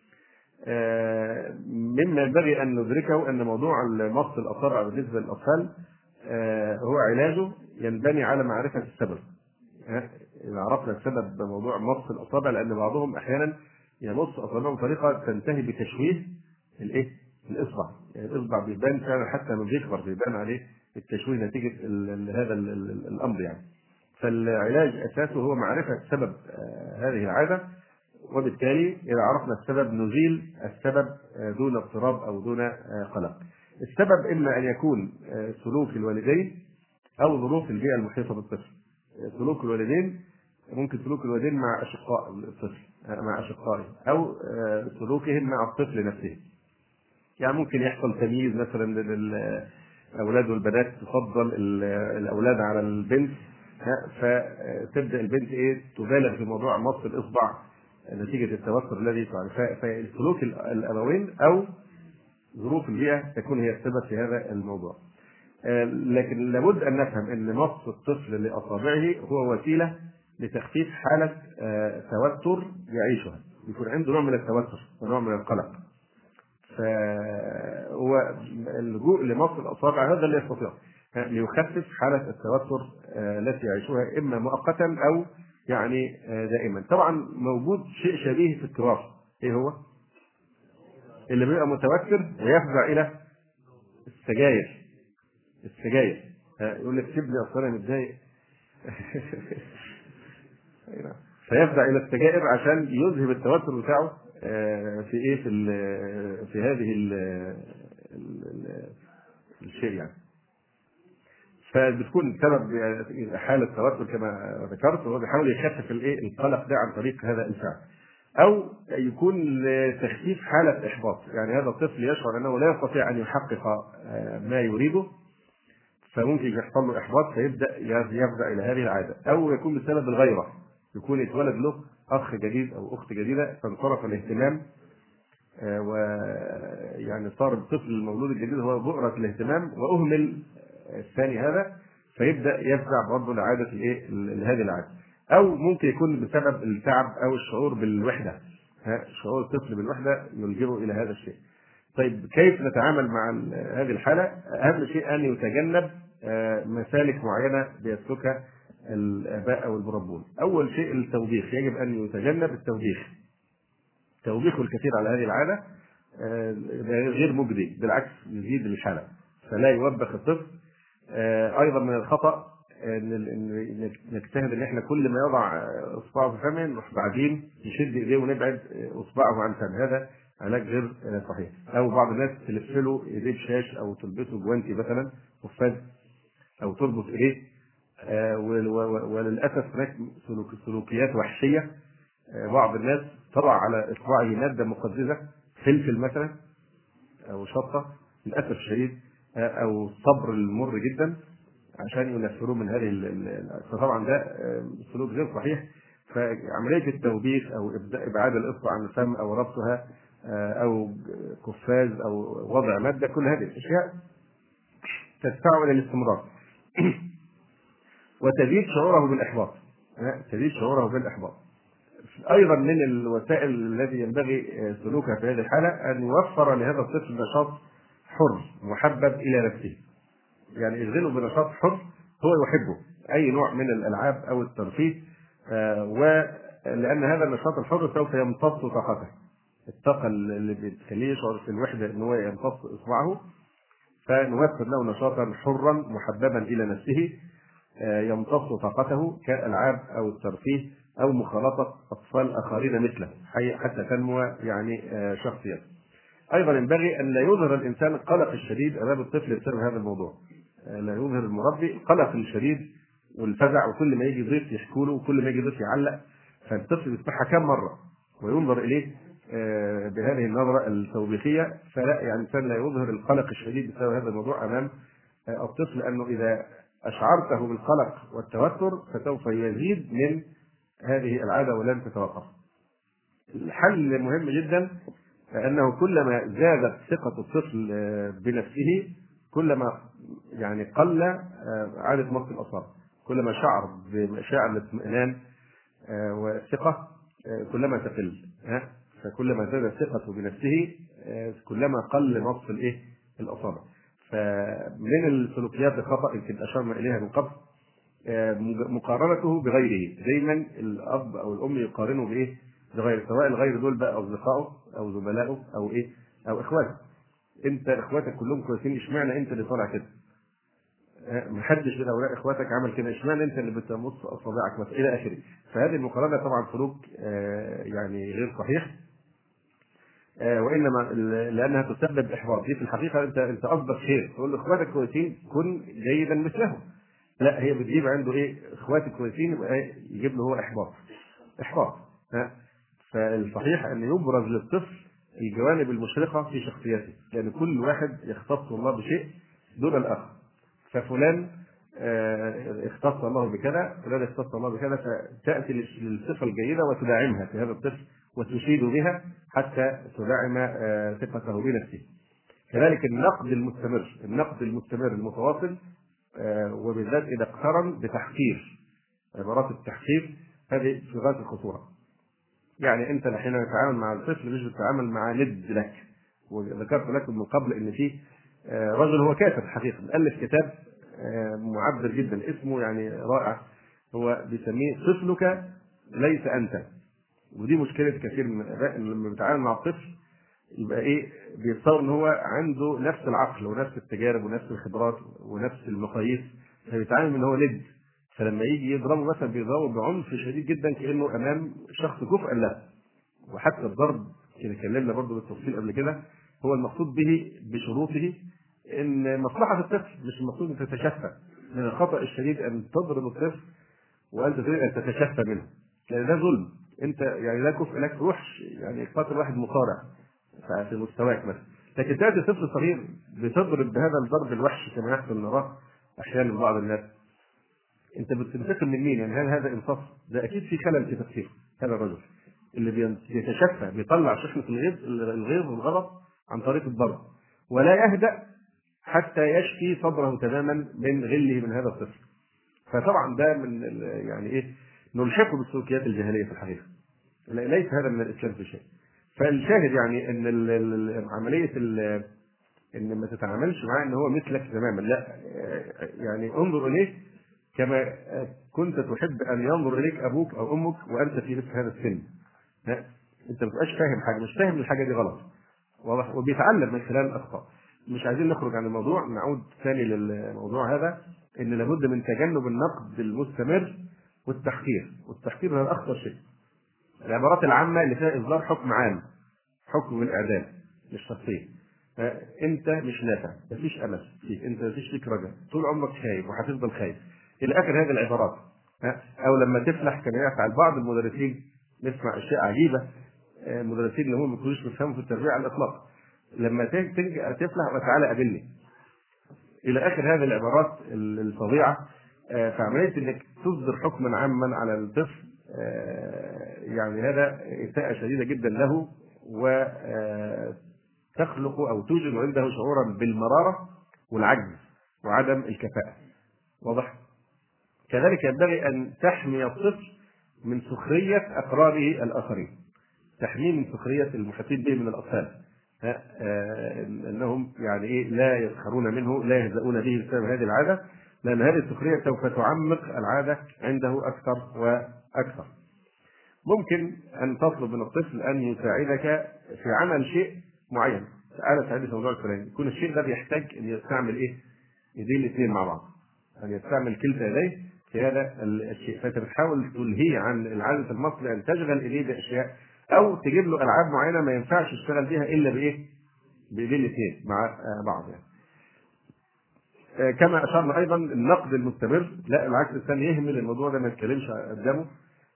مما ينبغي ان ندركه ان موضوع مص الاصابع بالنسبه للاطفال هو علاجه ينبني على معرفه السبب. اذا عرفنا السبب بموضوع مص الاصابع، لان بعضهم احيانا يمص اصابعه بطريقه تنتهي بتشويه الايه؟ الاصبع، يعني الاصبع بيبان فعلا حتى لما بيكبر بيبان عليه التشويه نتيجه هذا الامر يعني. فالعلاج اساسه هو معرفه سبب هذه العاده، وبالتالي اذا عرفنا السبب نزيل السبب دون اضطراب او دون قلق. السبب اما ان يكون سلوك الوالدين او ظروف البيئه المحيطه بالطفل. سلوك الوالدين ممكن سلوك الوالدين مع اشقاء الطفل، مع اشقائه، او سلوكهم مع الطفل نفسه. يعني ممكن يحصل تمييز مثلا للاولاد والبنات، تفضل الاولاد على البنت، فتبدا البنت تبالغ في موضوع مص الاصبع نتيجه التوتر الذي تعرفه. فالسلوك الابوين او ظروف البيئه تكون هي السبب في هذا الموضوع. لكن لابد ان نفهم ان مص الطفل لاصابعه هو وسيله لتخفيف حاله توتر يعيشها، يكون عنده نوع من التوتر ونوع من القلق، فهو اللجوء لمص الاصابع هذا اللي يستطيع ليخفف حاله التوتر التي يعيشها اما مؤقتا او يعني دائما. طبعا موجود شيء شبيه في الكبار، ايه هو؟ اللي بيبقى متوتر ويفزع الى السجاير. يقول لك سيبني اصل انا متضايق فيفزع الى السجائر عشان يذهب التوتر بتاعه في ايه في هذه الشيء يعني. فبتكون سبب حاله توتر كما ذكرت، وهو بيحاول يخفف القلق ده عن طريق هذا الفعل، او يكون لتخفيف حاله احباط، يعني هذا الطفل يشعر انه لا يستطيع ان يحقق ما يريده، فممكن يحصل له احباط فيبدا يفزع الى هذه العاده، او يكون بسبب الغيره، يكون يتولد له اخ جديد او اخت جديده فانصرف الاهتمام، ويعني صار الطفل المولود الجديد هو بؤره الاهتمام واهمل الثاني هذا، فيبدا يفزع برضه لعاده لهذه العاده. او ممكن يكون بسبب التعب او الشعور بالوحده، شعور الطفل بالوحده يلجئه الى هذا الشيء. طيب كيف نتعامل مع هذه الحاله؟ اهم شيء ان يتجنب مسالك معينه بيسلكها الاباء او المربون. اول شيء التوبيخ، يجب ان يتجنب التوبيخ. توبيخ الكثير على هذه العاده غير مجدي، بالعكس يزيد الحاله، فلا يوبخ الطفل. ايضا من الخطا ان نجتهد ان احنا كل ما يضع اصبعه في فمه نروح بعدين نشد ايديه ونبعد اصبعه عن فمه، هذا علاج غير صحيح. او بعض الناس تلف له ايديه بشاش او تلبسه جوانتي مثلا قفاز او تربط ايديه، وللاسف هناك سلوكيات وحشيه. بعض الناس تضع على اصبعه ماده مقززه، فلفل مثلا او شطه للاسف الشديد، او الصبر المر جدا عشان ينفروه من هذه فطبعا ده سلوك غير صحيح. فعمليه التوبيخ او ابعاد الاصبع عن الفم او ربطها او قفاز او وضع ماده، كل هذه الاشياء تدفعه الى الاستمرار وتزيد شعوره بالاحباط، ايضا من الوسائل التي ينبغي سلوكها في هذه الحاله ان يوفر لهذا الطفل نشاط حر محبب الى نفسه، يعني يشغله بنشاط حر هو يحبه، اي نوع من الالعاب او الترفيه، لأن هذا النشاط الحر سوف يمتص طاقته، الطاقة اللي بتخليه يشعر في الوحدة إن هو يمتص إصبعه، فنوفر له نشاطا حرا محببا إلى نفسه يمتص طاقته كالألعاب أو الترفيه أو مخالطة أطفال آخرين مثله حتى تنمو يعني شخصيته. أيضا ينبغي أن لا يظهر الإنسان القلق الشديد أمام الطفل بسبب هذا الموضوع. لا يظهر المربي القلق الشديد والفزع، وكل ما يجي ضيف يحكوا له وكل ما يجي ضيف يعلق، فالطفل يسمعها كم مرة وينظر إليه بهذه النظرة التوبيخية. فلا يعني الإنسان لا يظهر القلق الشديد بسبب هذا الموضوع أمام الطفل، لأنه إذا أشعرته بالقلق والتوتر فسوف يزيد من هذه العادة ولن تتوقف. الحل مهم جدا، أنه كلما زادت ثقة الطفل بنفسه كلما يعني قل عادة مص الأصابع، كلما شعر بمشاعر الاطمئنان والثقة كلما تقل. فكلما زادت ثقته بنفسه كلما قل مص الأصابع. فمن السلوكيات الخطأ يمكن أشرنا إليها من قبل مقارنته بغيره. دايما الأب أو الأم يقارنوا بغيره، سواء الغير دول بقى أصدقائه أو زملائه أو إخواته. أنت إخواتك كلهم كويسين، إشمعنى أنت اللي طالع كده؟ محدش من أولاء إخواتك عمل كده، إشمعنى أنت اللي بتمص أصابعك مثلا إلى آخره. فهذه المقارنة طبعا سلوك يعني غير صحيح، وانما لانها تسبب احباط. دي في الحقيقه انت قصدك خير، تقول له اخواتك كويسين كن جيدا مثلهم، لا هي بتجيب عنده اخواتي كويسين يبقى يجيب له هو احباط. فالصحيح ان يبرز للطفل الجوانب المشرقه في شخصيته، لان كل واحد يختص الله بشيء دون الاخر. ففلان اختص الله بكذا، فلان اختص الله بكذا، فتاتي للصفه الجيده وتدعمها في هذا الطفل وتشيد بها حتى تدعم ثقته بنفسه. كذلك النقد المستمر المتواصل، وبالذات اذا اقترن بتحقير، عبارات التحقير هذه في غايه الخطوره. يعني انت حين تتعامل مع الطفل مش بتتعامل مع ند لك. وذكرت لكم من قبل ان في رجل هو كاتب حقيقه الف كتاب معبر جدا اسمه يعني رائع، هو بيسميه طفلك ليس انت. ودي مشكله كثير من الاباء، لما بيتعامل مع الطفل يبقى بيتصور ان هو عنده نفس العقل ونفس التجارب ونفس الخبرات ونفس المقاييس، فبيتعامل ان هو ند. فلما يجي يضربه مثلا بيضربه بعنف شديد جدا كانه امام شخص كفء له. وحتى الضرب اللي اتكلمنا برضه بالتفصيل قبل كده هو المقصود به بشروطه ان مصلحه الطفل، مش المقصود ان تتشفى. من الخطا الشديد ان تضرب الطفل وانت تريد ان تتشفى منه، لان ده ظلم. انت يعني لا كفء لك، روح يعني قاتل واحد مصارع في مستواك مثلا. لكن تاتي طفل صغير بتضرب بهذا الضرب الوحش كما يحصل نراه احيانا بعض الناس، انت بتنتقم من مين؟ يعني هل هذا انصاف؟ ده اكيد في خلل في تفكير هذا الرجل اللي بيتشفى، بيطلع شحنه الغيظ والغضب عن طريق الضرب، ولا يهدأ حتى يشفي صدره تماما من غله من هذا الطفل. فطبعا ده من يعني نلحقه بالسلوكيات الجاهليه في الحقيقه. ليس هذا من الاسلام في شيء. فالشاهد يعني ان عمليه ان ما تتعاملش معاه ان هو مثلك تماما، لا يعني انظر اليه كما كنت تحب ان ينظر اليك ابوك او امك وانت في مثل هذا السن. لا انت ما تبقاش فاهم حاجه، مش فاهم الحاجه دي غلط، واضح، وبيتعلم من خلال الاخطاء. مش عايزين نخرج عن الموضوع، نعود ثاني للموضوع هذا، ان لابد من تجنب النقد المستمر والتحقير هذا اخطر شيء. العبارات العامه اللي فيها اصدار حكم عام، حكم بالاعدام للشخصيه، انت مش نافع، مفيش امل فيك، انت مفيش فيك رجاء، طول عمرك خايف وهتفضل خايف الى اخر هذه العبارات. او لما تفلح كما يفعل بعض المدرسين، نسمع اشياء عجيبه، المدرسين اللي هم ما بيكونوش بيفهموا في التربيه على الاطلاق، لما تفلح وتعالى قابلني، الى اخر هذه العبارات الفظيعه. فعمليه انك تصدر حكما عاما على الطفل يعني هذا اساءه شديده جدا له، وتخلق او توجد عنده شعورا بالمراره والعجز وعدم الكفاءه، واضح. كذلك ينبغي ان تحمي الطفل من سخريه اقرانه الاخرين، تحميه من سخريه المحيطين به من الاطفال، انهم يعني لا يسخرون منه، لا يهزؤون به بسبب هذه العاده، لان هذه السخريه سوف تعمق العاده عنده اكثر واكثر. ممكن ان تطلب من الطفل ان يساعدك في عمل شيء معين. تعالى ساعدني في الموضوع الفلاني، يكون الشيء ده بيحتاج ان يستعمل ايه؟ ايديه الاثنين مع بعض، ان يستعمل كلتا يديه في هذا الشيء. فانت بتحاول تلهيه عن العاده المصري ان تشغل ايديه باشياء، او تجيب له العاب معينه ما ينفعش يشتغل بيها الا بايه؟ بايديه الاثنين مع بعض يعني. كما اشرنا ايضا النقد المستمر، لا بالعكس الانسان يهمل الموضوع ده، ما يتكلمش قدامه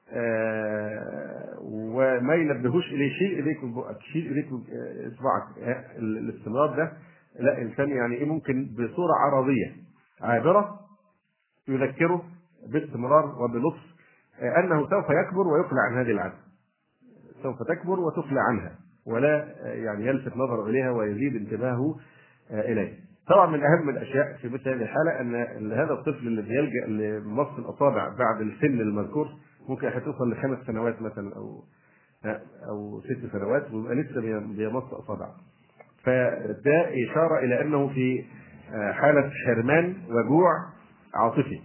وما ينبهوش اليه. شيل اليك بقك، شيل اليك اصبعك. الاستمرار ده لا، الانسان يعني ايه ممكن بصوره عرضيه عابره يذكره باستمرار وبلطف انه سوف يكبر ويقلع عن هذه العاده، سوف تكبر وتقلع عنها، ولا يعني يلفت نظره اليها ويزيد انتباهه اليه. طبعا من اهم الاشياء في مثل هذه الحاله ان هذا الطفل اللي بيلجا لمص الاصابع بعد السن المذكور، ممكن توصل ل5 سنوات مثلا او 6 سنوات ويبقى لسه بيمص اصابع، فده اشاره الى انه في حاله حرمان وجوع عاطفي،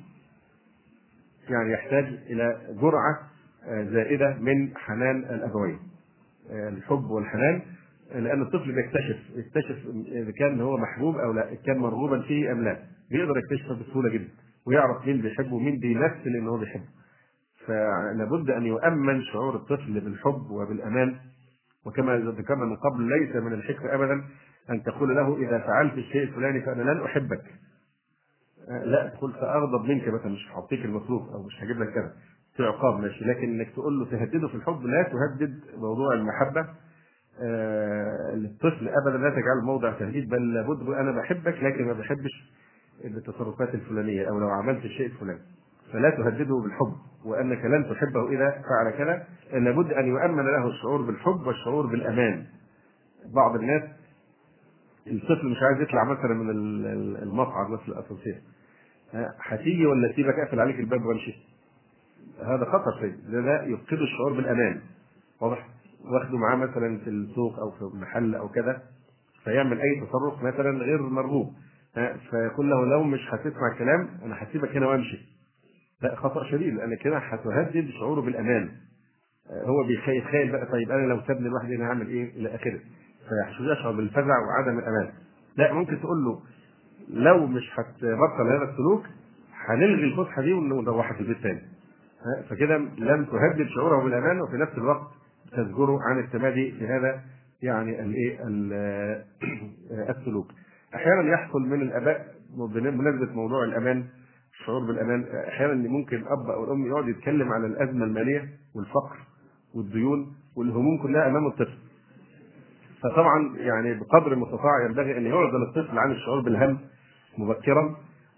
يعني يحتاج الى جرعه زائده من حنان الابوين، الحب والحنان، لان الطفل يكتشف اذا كان هو محبوب او لا، كان مرغوبا فيه ام لا، بيقدر يكتشفه بسهوله جدا ويعرف مين بيحبه ومين بيمثل ان هو بيحبه. فلابد ان يؤمن شعور الطفل بالحب وبالامان. وكما ذكرنا من قبل، ليس من الحكم ابدا ان تقول له اذا فعلت الشيء الفلاني فانا لن احبك، لا تقول ساغضب منك مثلا، مش هعطيك المصروف او مش هجيب لك كذا، في عقاب ماشي، لكن انك تقول له تهدده في الحب، لا تهدد موضوع المحبه للطفل ابدا، لا تجعل موضع تهديد، بل لابد انا بحبك لكن ما بحبش التصرفات الفلانيه، او لو عملت الشيء الفلاني فلا تهدده بالحب، وانك لن تحبه اذا فعل كذا. لابد ان يؤمن له الشعور بالحب والشعور بالامان. بعض الناس الطفل مش عايز يطلع مثلا من المصعد مثل الاسانسير، هتيجي ولا اسيبك اقفل عليك الباب وامشي؟ هذا خطر شيء، ده يفقد الشعور بالامان. واضح؟ واخده معاه مثلا في السوق او في محل او كذا، فيعمل اي تصرف مثلا غير مرغوب، فيقول له لو مش هتسمع الكلام انا هسيبك هنا وامشي. لا، خطأ شديد، لان كده هتهدد شعوره بالامان. هو بيتخيل بقى طيب انا لو سابني لوحدي انا هعمل ايه الى اخره، فيشعر بالفزع وعدم الامان. لا، ممكن تقول له لو مش هتبطل هذا السلوك هنلغي الفسحه دي ونروحك البيت تاني. فكده لم تهدد شعوره بالامان، وفي نفس الوقت تزجره عن التمادي في هذا يعني الايه السلوك. احيانا يحصل من الاباء بمناسبه موضوع الامان، الشعور بالامان، احيانا ممكن الاب او الام يقعد يتكلم على الازمه الماليه والفقر والديون والهموم كلها امام الطفل. فطبعا يعني بقدر المستطاع ينبغي ان يعزل الطفل عن الشعور بالهم مبكرا،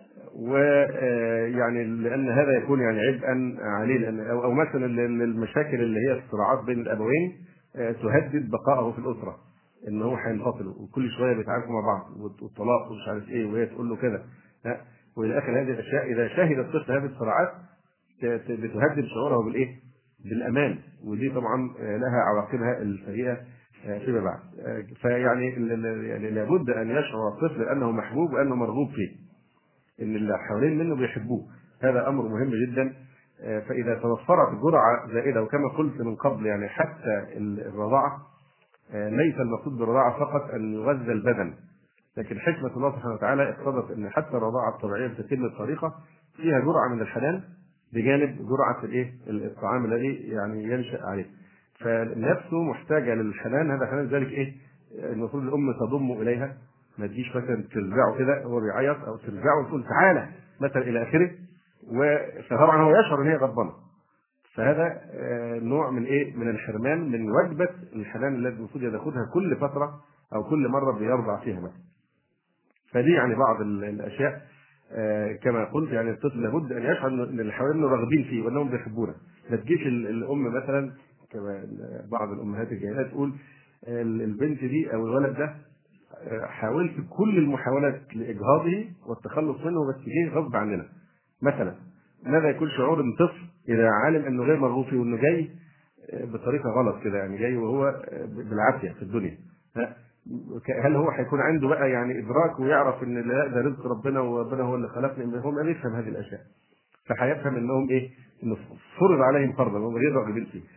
ويعني لان هذا يكون يعني عبئا عليه، لان او مثلا المشاكل اللي هي الصراعات بين الابوين تهدد بقائه في الاسره، ان هو هينفصلوا وكل شويه بيتعاركوا مع بعض والطلاق ومش عارف ايه، وهي تقول له كذا، والى اخر هذه الاشياء. اذا شهد الطفل هذه الصراعات بتهدد شعوره بالايه؟ بالامان، ودي طبعا لها عواقبها السيئه فيما بعد. فيعني يعني لابد ان يشعر الطفل انه محبوب وانه مرغوب فيه، ان اللي حوالين منه بيحبوه، هذا امر مهم جدا. فاذا توفرت جرعه زائده، وكما قلت من قبل يعني حتى الرضاعه ليس المقصود بالرضاعه فقط ان يغذى البدن، لكن حكمه الله سبحانه وتعالى اقتضت ان حتى الرضاعه الطبيعيه بتتم بطريقه فيها جرعه من الحنان بجانب جرعه الايه؟ الطعام الذي يعني ينشا عليه. فالنفس محتاجه للحنان، هذا حنان ذلك ايه؟ المفروض الام تضم اليها، ما تجيش مثلا ترجعه كده هو بيعيط او ترجعه وتقول تعالى مثلا الى اخره، فطبعا هو يشعر ان هي غضبانه. فهذا نوع من ايه؟ من الحرمان من وجبه الحنان الذي المفروض ياخذها كل فتره او كل مره بيرضع فيها مثلا. فدي يعني بعض الاشياء كما قلت، يعني الطفل لابد ان يشعر ان اللي حواليه راغبين فيه وانهم بيحبونه. ما تجيش الام مثلا كما بعض الامهات الجاهلات تقول البنت دي او الولد ده حاولت كل المحاولات لاجهاضه والتخلص منه بس جه غصب عننا مثلا. ماذا يكون شعور الطفل اذا علم انه غير مرغوب فيه وانه جاي بطريقه غلط كده، يعني جاي وهو بالعافيه في الدنيا؟ هل هو هيكون عنده بقى يعني ادراك ويعرف ان لا ده رزق ربنا وربنا هو اللي خلقني؟ هو ما بيفهم هذه الاشياء، فهيفهم انهم ايه؟ انه فرض عليهم فرضا وهم غير راغبين فيه.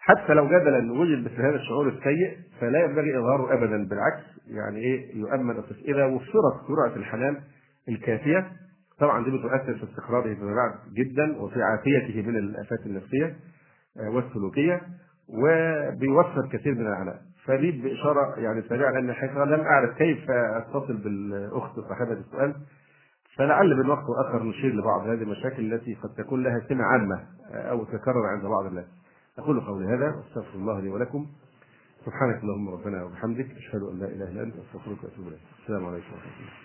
حتى لو جدلا وجد مثل هذا الشعور السيء فلا ينبغي اظهاره ابدا، بالعكس يعني يؤمن الطفل اذا وفرت جرعه الحنان الكافيه. طبعا دي بتؤثر في استقراره فيما بعد جدا وفي عافيته من الافات النفسيه والسلوكيه، وبيوفر كثير من العناء. فدي باشاره يعني سريعه، لان الحقيقه لم اعرف كيف اتصل بالاخت صاحبه السؤال، فلعل من وقت واخر نشير لبعض هذه المشاكل التي قد تكون لها سمه عامه او تكرر عند بعض الناس. اقول قولي هذا واستغفر الله لي ولكم. سبحانك اللهم ربنا وبحمدك، اشهد ان لا اله الا انت، استغفرك واتوب اليك. السلام عليكم ورحمه الله.